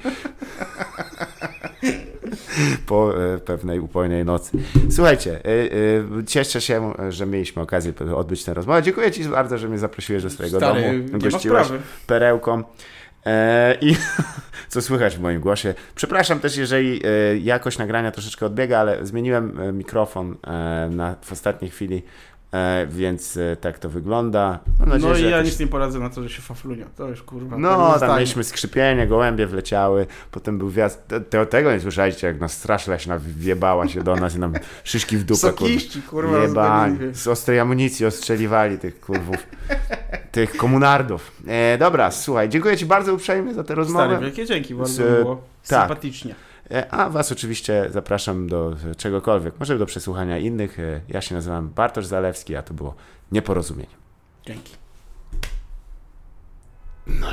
po e, pewnej upojnej nocy. Słuchajcie, e, e, cieszę się, że mieliśmy okazję odbyć tę rozmowę. Dziękuję Ci bardzo, że mnie zaprosiłeś do swojego Stary, domu. Gościłeś perełką. E, I co słychać w moim głosie. Przepraszam też, jeżeli e, jakość nagrania troszeczkę odbiega, ale zmieniłem e, mikrofon e, na, w ostatniej chwili, e, więc e, tak to wygląda. Mam nadzieję, no i że ja jakoś... nic nie poradzę na to, że się faflunia. To już kurwa. No, tam mieliśmy skrzypienie, gołębie wleciały, potem był wjazd. Te, tego nie słyszeliście, jak nas straż leśna wjebała się do nas i nam szyszki w dupę. Sokiści, kurwa. Jebani. Z ostrej amunicji ostrzeliwali tych kurwów. Tych komunardów. E, dobra, słuchaj, dziękuję Ci bardzo uprzejmie za tę rozmowę. Stary, wielkie dzięki, bardzo Z, było tak. sympatycznie. E, a Was oczywiście zapraszam do czegokolwiek, może do przesłuchania innych. E, ja się nazywam Bartosz Zalewski, a to było Nieporozumienie. Dzięki. No